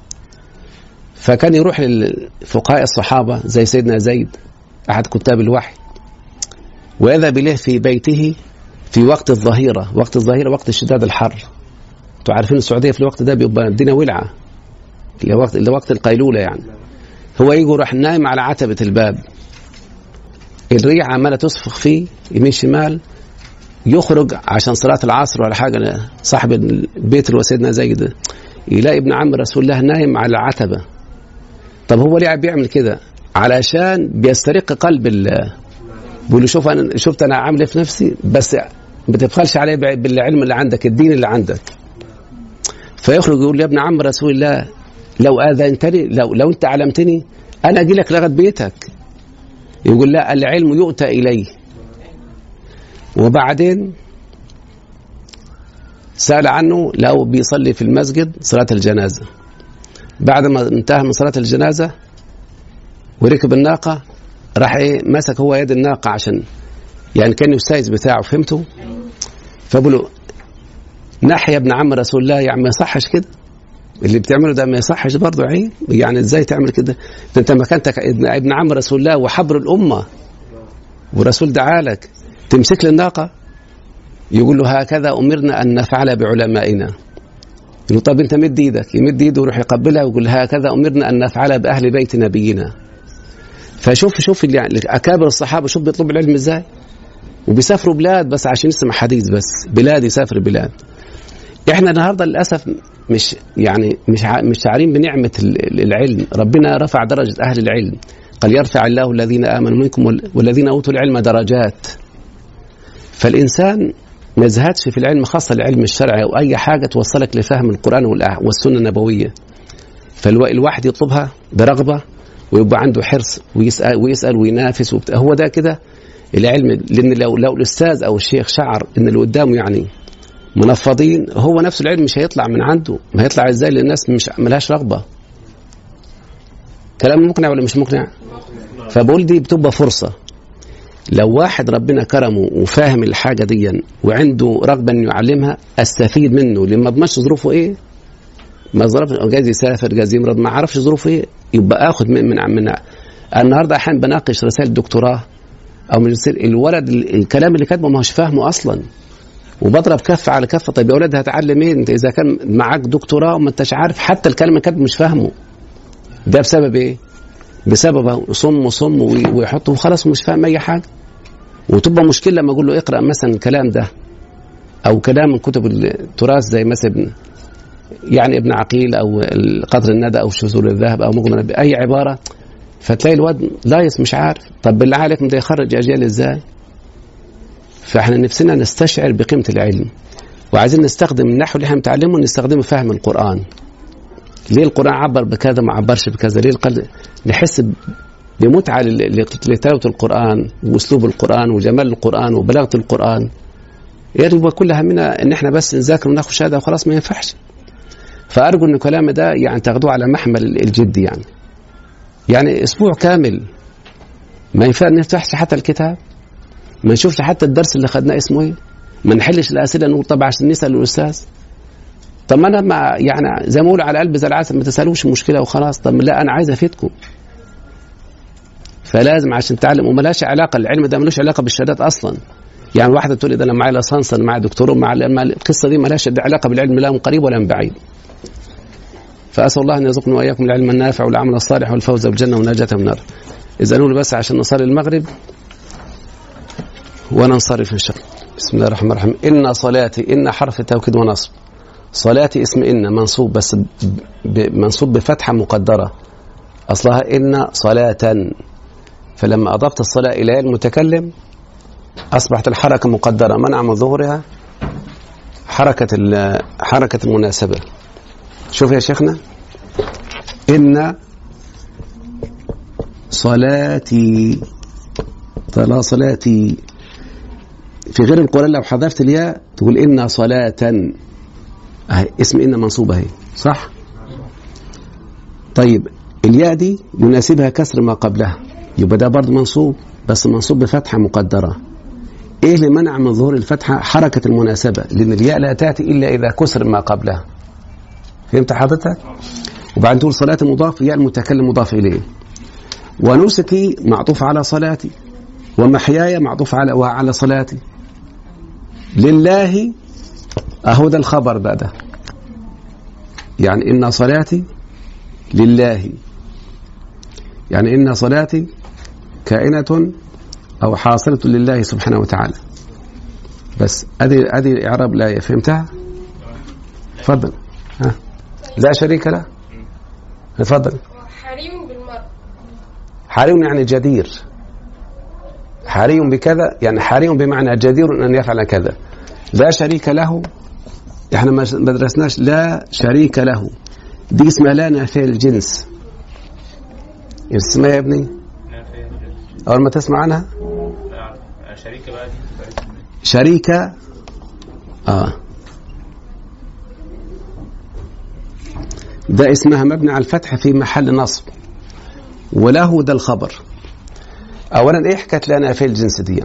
فكان يروح للفقهاء الصحابة زي سيدنا زيد أحد كتاب الوحي، ويذهب إليه في بيته في وقت الظهيرة. وقت الظهيرة وقت الشداد الحر، انتوا عارفين السعودية في الوقت ده بيبقى الدنيا ولعة، اللي وقت اللي وقت القيلولة. يعني هو يجي يروح نايم على عتبة الباب، الريح عمالة تصفخ فيه يمين شمال، يخرج عشان صلاة العصر ولا حاجة، صاحب البيت اللي هو سيدنا زيد يلاقي ابن عم رسول الله نايم على العتبة. طب هو ليه بيعمل كده؟ علشان بيسترق قلب الله، بيقول له شوف أنا شفت أنا عامل في نفسي، بس ما تبخلش عليه بالعلم اللي عندك، الدين اللي عندك. فيخرج يقول لي يا ابن عم رسول الله لو آذنتني، لو لو أنت علمتني أنا أجي لك لغاية بيتك. يقول لا، العلم يؤتى إليه. وبعدين سأل عنه لو بيصلي في المسجد صلاة الجنازة، بعد ما انتهى من صلاة الجنازة وركب الناقة، راح ايه مسك هو يد الناقة عشان يعني كان السايس بتاعه، فهمتوا؟ فبقولوا نحيا ابن عم رسول الله، يعني ما يصحش كده اللي بتعمله ده، ما يصحش برضه عيب. يعني ازاي تعمل كده؟ انت مكانتك ابن عم رسول الله وحبر الأمة ورسول دعالك تمسك للناقة؟ يقول له هكذا أمرنا أن نفعل بعلمائنا. يقول طب أنت مد إيدك، يمد إيده ويروح يقبلها ويقول هكذا أمرنا أن نفعل بأهل بيت نبينا. فشوف شوف يعني أكابر الصحابة شوف بيطلبوا العلم إزاي، وبيسافروا بلاد بس عشان يسمع حديث، بس بلاد يسافر بلاد. إحنا النهاردة للأسف مش يعني مش مش شاعرين بنعمة العلم. ربنا رفع درجة أهل العلم، قال يرفع الله الذين آمنوا منكم والذين أوتوا العلم درجات. فالإنسان ما يزهدش في العلم، خاصة العلم الشرعي أو أي حاجة توصلك لفهم القرآن والسنة النبوية. فالواحد يطلبها برغبة ويبقى عنده حرص ويسأل, ويسأل وينافس وبت... هو ده كده العلم. لأن لو, لو الأستاذ أو الشيخ شعر إن اللي قدامه يعني منفضين، هو نفس العلم مش هيطلع من عنده. ما هيطلع إزاي للناس مش ملهاش رغبة؟ كلام مقنع ولا مش مقنع؟ فبقول دي بتبقى فرصة. لو واحد ربنا كرمه وفاهم الحاجة دي وعنده رغبة أن يعلمها، أستفيد منه. لما بمش ظروفه إيه، ما ظروف جايز يسافر جايز يمرض، ما عرفش ظروفه إيه، يبقى أخذ من من من النهاردة أحيانا بناقش رسائل دكتوراه أو ماجستير، الولد الكلام اللي كاتبه ما هوش فاهمه أصلا، وبضرب كف على كف. طيب يا ولد هتعلم ايه انت اذا كان معاك دكتوراه وما انتش عارف حتى الكلمه كاتب مش فاهمه؟ ده بسبب ايه؟ بسبب صم صم ويحطه وخلاص مش فاهم اي حاجه. وتبقى مشكله لما اقول له اقرا مثلا الكلام ده او كلام من كتب التراث زي مثلا يعني ابن عقيل او قطر الندى او شذور الذهب او مغنى باي عباره، فتلاقي الواد لايص مش عارف. طب بالله عليكم ده يخرج اجيال ازاي؟ فاحنا نفسنا نستشعر بقيمه العلم، وعايزين نستخدم النحو اللي احنا بنتعلمه نستخدمه فهم القران. ليه القران عبر بكذا ما عبرش بكذا؟ ليه القلب نحس بمتعه لتلاوه القران واسلوب القران وجمال القران وبلاغه القران؟ يبقى كل همنا ان احنا بس نذاكر وناخد شهاده وخلاص، ما ينفعش. فارجو ان كلامي ده يعني تاخدوه على محمل الجد، يعني يعني اسبوع كامل ما ينفع نفتحش حتى الكتاب، ما نشوفش حتى الدرس اللي خدناه اسمه ايه، ما نحلش الاسئله نقول طب عشان نسال الاستاذ. طب ما انا ما يعني زي ما اقول على قلب زي العسل ما تسالوش مشكله وخلاص. طب لا انا عايز افيدكم. فلازم عشان تعلم، وملاش علاقه العلم ده ملوش علاقه بالشهادات اصلا. يعني واحده تقول ده انا معايا ليسانس انا معايا دكتوراه مع القصه دي مالهاش علاقه بالعلم لا من قريب ولا من بعيد. فاسال الله ان يرزقنا واياكم العلم النافع والعمل الصالح والفوز بالجنه والنجاه من النار. اذا نقول بس عشان نصلي المغرب وننصرف ان شاء الله. بسم الله الرحمن الرحيم. ان صلاتي، ان حرف توكيد ونصب، صلاتي اسم ان منصوب بس منصوب بفتحه مقدره اصلها ان صلاه، فلما اضفت الصلاه الى المتكلم اصبحت الحركه مقدره منع من ظهورها حركه حركه المناسبه. شوف يا شيخنا، ان صلاتي طلا صلاتي في غير القرآن لو حذفت الياء تقول إن صلاة اهي اسم إن منصوبة اهي صح. طيب الياء دي يناسبها كسر ما قبلها يبقى ده برضه منصوب بس منصوب بفتحة مقدرة. ايه اللي منع من ظهور الفتحة؟ حركة المناسبة، لأن الياء لا تأتي إلا إذا كسر ما قبلها. فهمت حضرتك؟ وبعدين تقول صلاة مضاف، ياء المتكلم مضاف إليه. ونسكي معطوف على صلاتي، ومحياي معطوف على وعلى صلاتي. لله أهو ده الخبر بقى ده، يعني إن صلاتي لله، يعني إن صلاتي كائنة أو حاصلة لله سبحانه وتعالى. بس أدي أدي إعراب الآية، فهمتها؟ تفضل. ها لا شريك له. تفضل. حريم بالمرء، حريم يعني جدير، حريم بكذا يعني حريم بمعنى جدير أن يفعل كذا. لا شريك له احنا ما درسناش لا شريك له، دي اسمها لا نافية الجنس. اسمها يا ابني أول ما تسمع عنها شريكة بقى دي شريكة آه ده اسمها مبني على الفتح في محل نصب، وله ده الخبر. أولا إيه حكاية لا نافية الجنس دي؟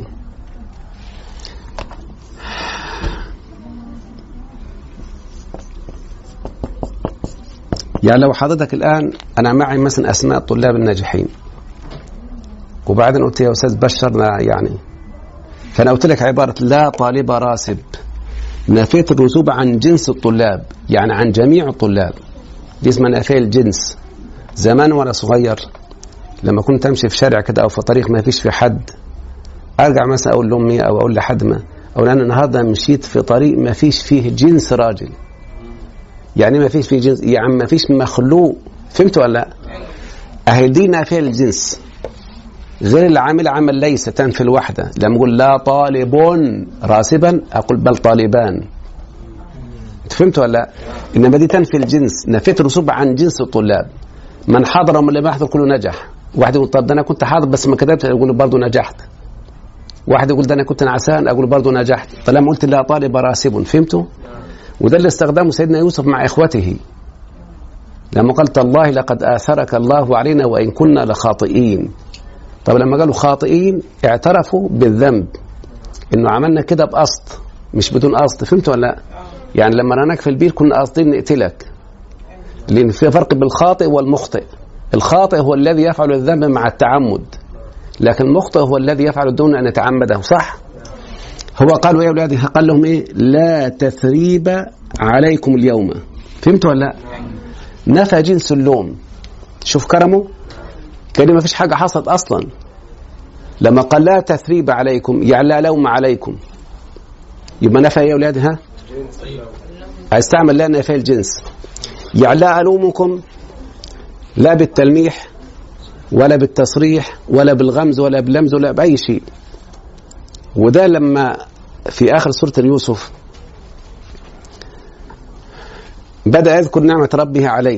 يعني لو حضرتك الآن أنا معي مثلا أسماء الطلاب الناجحين، وبعدين قلت يا أستاذ بشرنا يعني، فأنا قلت لك عبارة لا طالب راسب، نفيت الرسوب عن جنس الطلاب، يعني عن جميع الطلاب، دي اسمها نافية الجنس. زمان وأنا صغير لما كنت أمشي في شارع كده أو في طريق ما فيش في حد، أرجع مثلا أقول لأمي أو أقول لحد ما أو أنا النهاردة مشيت في طريق ما فيش فيه جنس راجل، يعني ما فيش فيه جنس، يعني ما فيش مخلوق. فهمت ولا لا؟ أهي دي نافية الجنس. غير العامل عمل ليس تنفي الوحدة. لما أقول لا طالب راسبا أقول بل طالبان. فهمت ولا لا؟ إنما دي تنفي الجنس، نفيت الرسوب عن جنس الطلاب. من حضر ومن لم يحضر كله نجح. واحد يقول طب ده أنا كنت حاضر بس ما كذبت، أقول برضه نجحت. واحد يقول ده أنا كنت نعسان، أقول برضه نجحت. فلما قلت لا طالب راسب، فهمتوا؟ وده اللي استخدمه سيدنا يوسف مع إخوته لما قال تالله لقد آثرك الله علينا وإن كنا لخاطئين. طب لما قالوا خاطئين اعترفوا بالذنب، إنه عملنا كده بقصد مش بدون قصد. فهمت ولا لا؟ يعني لما رماك في البير كنا قاصدين نقتلك، لأن في فرق بالخاطئ والمخطئ. الخاطئ هو الذي يفعل الذنب مع التعمد، لكن المخطئ هو الذي يفعل دون أن يتعمده. صح؟ هو قالوا يا أولادي، قال لهم إيه؟ لا تثريب عليكم اليوم. فهمتوا ولا لا؟ نفى جنس اللوم. شوف كرمه، كان ما فيش حاجة حصلت أصلا. لما قال لا تثريب عليكم يعني لا لوم عليكم، يبقى نفى يا أولادي. ها استعمل لا نفي الجنس، يعني لا ألومكم لا بالتلميح ولا بالتصريح ولا بالغمز ولا باللمز ولا بأي شيء. وده لما في آخر سورة يوسف بدأ يذكر نعمة ربه عليه،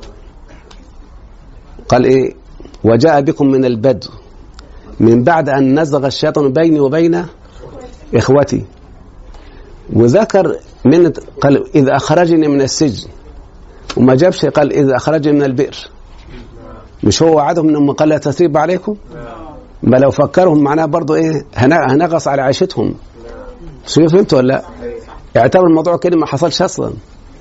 قال إيه؟ وجاء بكم من البدو من بعد أن نزغ الشيطان بيني وبين إخوتي. وذكر من قال إذ أخرجني من السجن، وما جابش قال إذ أخرجني من البئر. مش هو وعدهم إنهم قال لا تثريب عليكم؟ ما لو فكرهم معناه برضو إيه؟ هنغص على عيشتهم. شو فهمتوا ولا لا؟ اعتبر الموضوع كده ما حصلش أصلا،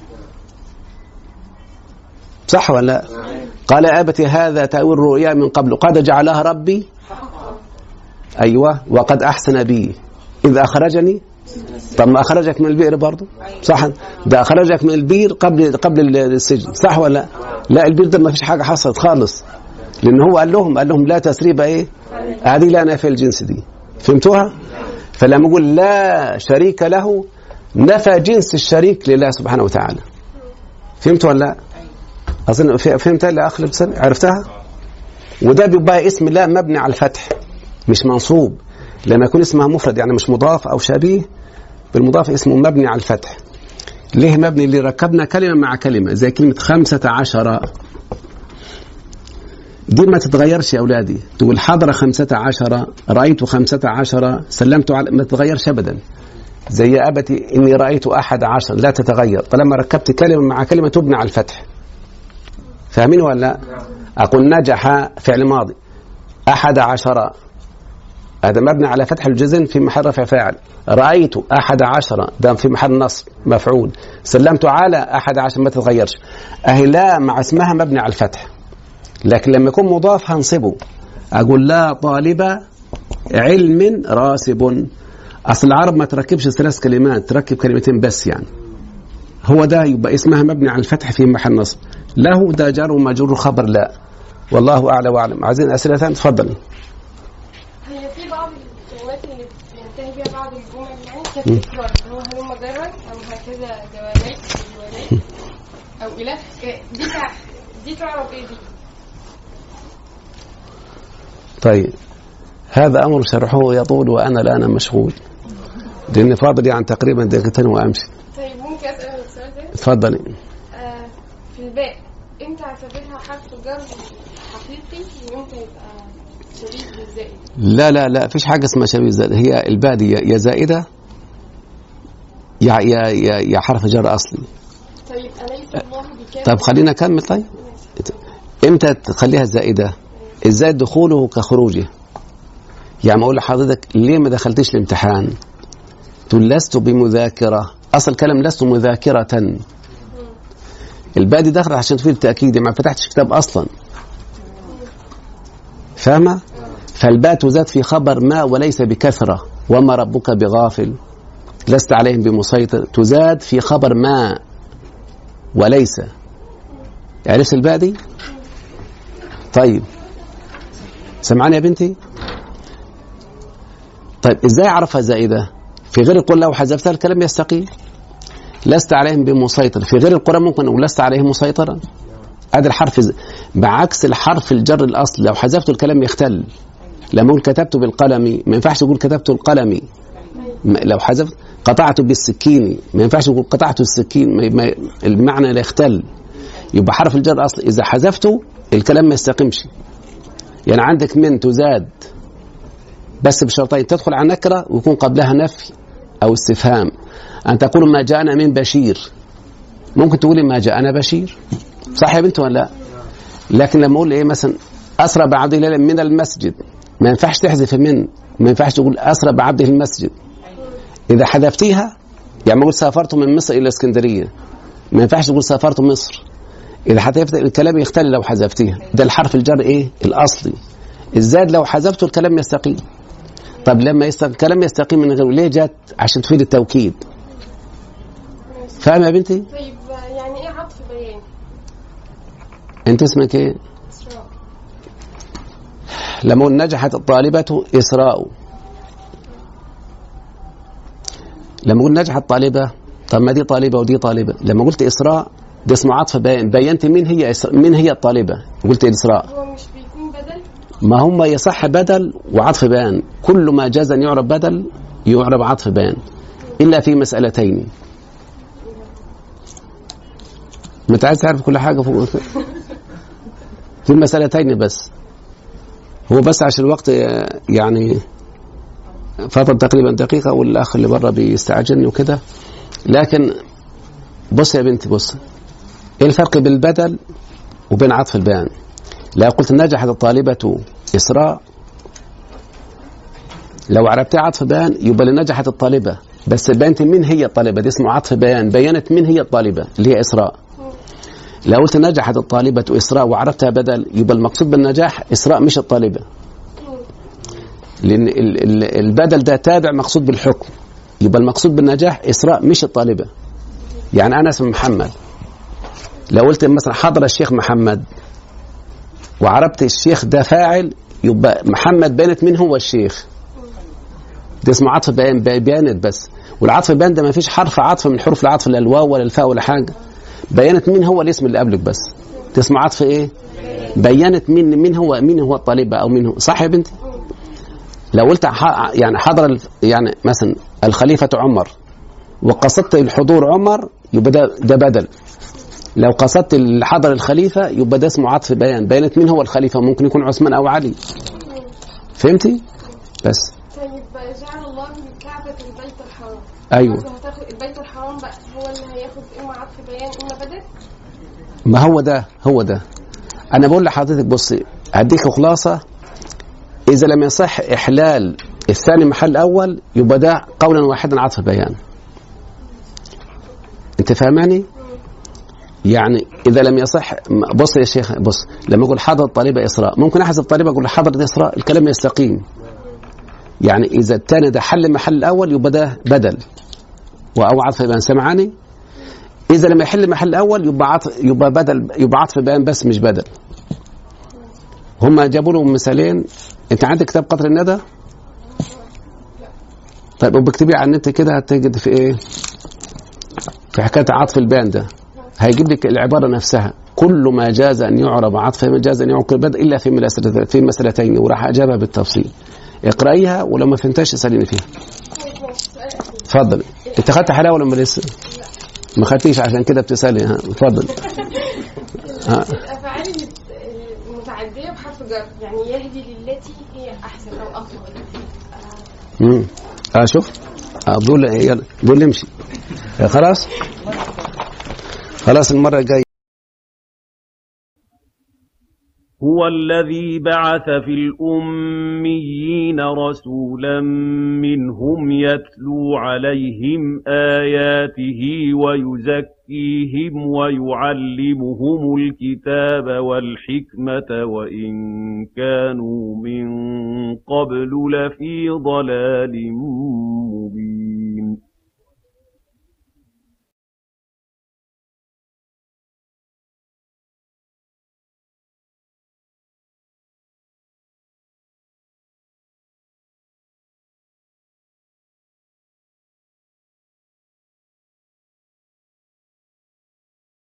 صح ولا لا؟ قال أبتي هذا تأويل الرؤيا من قبل قد جعلها ربي، أيوة، وقد أحسن بي إذ أخرجني. طب ما أخرجك من البئر برضو، صح؟ ده أخرجك من البئر قبل قبل السجن، صح ولا لا؟ لا، البئر ده ما فيش حاجة حصلت خالص، لأن هو قال لهم قال لهم لا تسريب إيه؟ هذه لا نفي الجنس دي. فهمتوها؟ فلما يقول لا شريك له نفى جنس الشريك لله سبحانه وتعالى. فهمتوا ولا لا؟ أظن فهمتها اللي أخلي بسنة عرفتها. وده بيبقى اسم الله مبني على الفتح مش منصوب، لما يكون اسمها مفرد يعني مش مضاف أو شبيه بالمضاف اسمه مبني على الفتح. ليه مبني؟ اللي ركبنا كلمة مع كلمة، زي كلمة خمسة عشر دي ما تتغيرش يا أولادي. تقول حضر خمسة عشر، رأيت خمسة عشر، سلمت على، ما تتغيرش أبدا. زي أبتي إني رأيت أحد عشر، لا تتغير طالما ركبت كلمة مع كلمة تبنى على الفتح. فاهمين ولا لا؟ أقول نجح فعل ماضي، أحد عشر هذا مبني على فتح الجزم في محل رفع فاعل. رأيت أحد عشر ده في محل نصب مفعول. سلمت على أحد عشر ما تتغيرش. أهي لا مع اسمها مبني على الفتح، لكن لما يكون مضاف هنصبه. أقول لا طالب علم راسب. أصل العرب ما تركبش ثلاث كلمات، تركب كلمتين بس، يعني هو ده يبقى اسمها مبني على الفتح في محل نصب. له ده جار ومجرور خبر لا. والله أعلى وأعلم. عايزين أسئلة ثانية؟ تفضل. هي في بعض الكلمات اللي بينتهي بها بعض الجمل يعني كالتكرار، هو هلم جرا أو هكذا جوابات جوابات أو إلى دي تع... دي تعرف إيه دي؟ طيب هذا أمر شرحه يطول وأنا الآن مشغول لأن فاضل يعني تقريبا دقيقتين وأمشي. طيب ممكن أسأل السؤال ده؟ تفضلي. آه في الباء أنت اعتبرها حرف جر حقيقي وأنت يبقى شبيه بالزائد؟ لا لا لا فيش حاجة اسمها شبيه بالزائد. هي الباء دي يا زائدة يا يا يا, يا حرف جر أصلي. طيب أليس الله بكافٍ؟ طب خلينا نكمل. طيب إمتى تخليها زائدة؟ الزائد دخوله كخروجه. يعني أقول لحضرتك ليه ما دخلتش الامتحان؟ تقول لست بمذاكرة. أصل كلام لست مذاكرة. الباء دي دخلت عشان تفيد التأكيد، ما فتحتش كتاب أصلا. فاهمة؟ فالباء تزاد في خبر ما وليس بكثرة. وما ربك بغافل لست عليهم بمسيطر، تزاد في خبر ما وليس. عرفت الباء دي؟ طيب سمعاني يا بنتي؟ طيب ازاي اعرفها زائدة؟ في غير القرآن لو حذفتها الكلام يستقيم. لست عليهم بمسيطر، في غير القرآن ممكن نقول لست عليهم مسيطرا. هذا الحرف ز... بعكس الحرف الجر الاصل لو حذفته الكلام يختل. لما اقول كتبت بالقلم ما ينفعش تقول كتبت القلم. لو حذفت قطعت بالسكين ما ينفعش تقول قطعت السكين، ما... المعنى لا يختل. يبقى حرف الجر الاصل اذا حذفته الكلام ما يستقيمش. يعني عندك من تزاد بس بشرطين، تدخل على نكرة ويكون قبلها نفي أو استفهام. أن تقول ما جاءنا من بشير، ممكن تقولي ما جاءنا بشير، صح يا بنت ولا لا؟ لكن لما أقول إيه مثلا أسرى بعبده ليلا من المسجد، ما ينفعش تحذف من، ما ينفعش تقول أسرى بعبده المسجد. إذا حذفتيها يعني ما أقول سافرت من مصر إلى اسكندرية، ما ينفعش تقول سافرت مصر. إذا حذفت الكلام يختل لو حذفتيها. ده الحرف الجر إيه؟ الأصلي. الزاد لو حذفته الكلام يستقيم. طب لما يستقيم كلام يستقيم من غيره ليه جت؟ عشان تفيد التوكيد. فاهم يا بنتي؟ طيب يعني ايه عطف بيان؟ انت اسمك ايه؟ إسراء. لما قلنا نجحت الطالبة إسراء، لما قلنا نجحت طالبة، طب ما دي طالبة ودي طالبة، لما قلت إسراء ده اسمه عطف بيان، بينت مين هي إسراء، مين هي الطالبة، قلت إسراء. هو مش بيكون بدل؟ ما هم يصح بدل وعطف بيان، كل ما جاز أن يعرب بدل يعرب عطف بيان إلا في مسألتين. متى عايز تعرف كل حاجة فوق في مسألتين بس، هو بس عشان الوقت يعني فاضل تقريبا دقيقة والأخ اللي برا بيستعجلني وكده. لكن بص يا بنتي، بص ايه الفرق بين البدل وبين عطف البيان؟ لا قلت نجحت الطالبة إسراء، لو عرفتي عطف بيان يبقى لنجحت الطالبة، بس بينت من هي الطالبة، دي اسمه عطف بيان، بينت من هي الطالبة اللي هي إسراء. لو قلت نجحت الطالبة إسراء وعرفتها بدل يبقى المقصود بالنجاح إسراء مش الطالبة، لأن البدل ده تابع مقصود بالحكم، يبقى المقصود بالنجاح إسراء مش الطالبة. يعني أنا اسمي محمد، لو قلت مثلا حضر الشيخ محمد وعرفت الشيخ ده فاعل يبقى محمد بينت من هو الشيخ، ده اسمه عطف بيان، بيانت بس. والعطف بيان ده ما فيش حرف عطف من حروف العطف، لا الواو ولا الفاء ولا حاجة، بينت من هو الاسم اللي قبلك بس، ده اسمه عطف ايه؟ بينت من من هو مين هو الطالبة او مين هو. صح يا بنتي؟ لو قلت يعني حضر يعني مثلا الخليفة عمر وقصدت الحضور عمر يبقى ده ده بدل. لو قصدت حضر الخليفة يبقى ده اسمه عطف بيان، بينت مين هو الخليفة، ممكن يكون عثمان او علي. فهمتي؟ بس طيب جعل الله الكعبة البيت الحرام. ايوه هتاخد البيت الحرام بقى هو اللي هياخد اما عطف بيان اما بدل؟ ما هو ده هو ده انا بقول لحضرتك. بصي هديك خلاصة، اذا لم يصح احلال الثاني محل اول يبقى ده قولا واحدا عطف بيان. انت فاهماني؟ يعني اذا لم يصح، بص يا شيخ، بص لما اقول حضر الطالبة إسراء ممكن احذف الطالبة اقول حضرت إسراء، الكلام يستقيم. يعني اذا الثاني ده حل محل الاول يبقى ده بدل او عطف بيان. سمعاني؟ اذا لم يحل محل الاول يبقى عطف، يبقى بدل، يبقى عطف بيان بس مش بدل. هم جابوا لهم مثالين. انت عندك كتاب قطر الندى؟ طيب وبكتبيه على النت كده هتجد في ايه، في حكايه عطف البيان ده هيجيب لك العباره نفسها، كل ما جاز ان يعرب عطف ما جاز ان يعرب بدل الا في مسألتين، في مسألتين، وراح اجابها بالتفصيل. اقرايها ولو ما فهمتش اساليني فيها. اتفضل. انت خدت حلاوه ولا لسه؟ ما خدتيش عشان كده بتسالي. ها اتفضل. الافعال المتعديه بحرف جر يعني يهدي للتي هي احسن او افضل. امم اه شوف اه دول يلا دول نمشي خلاص خلاص المره الجايه. هو الذي بعث في الأميين رسولا منهم يتلو عليهم آياته ويزكيهم ويعلمهم الكتاب والحكمة وإن كانوا من قبل لفي ضلال مبين.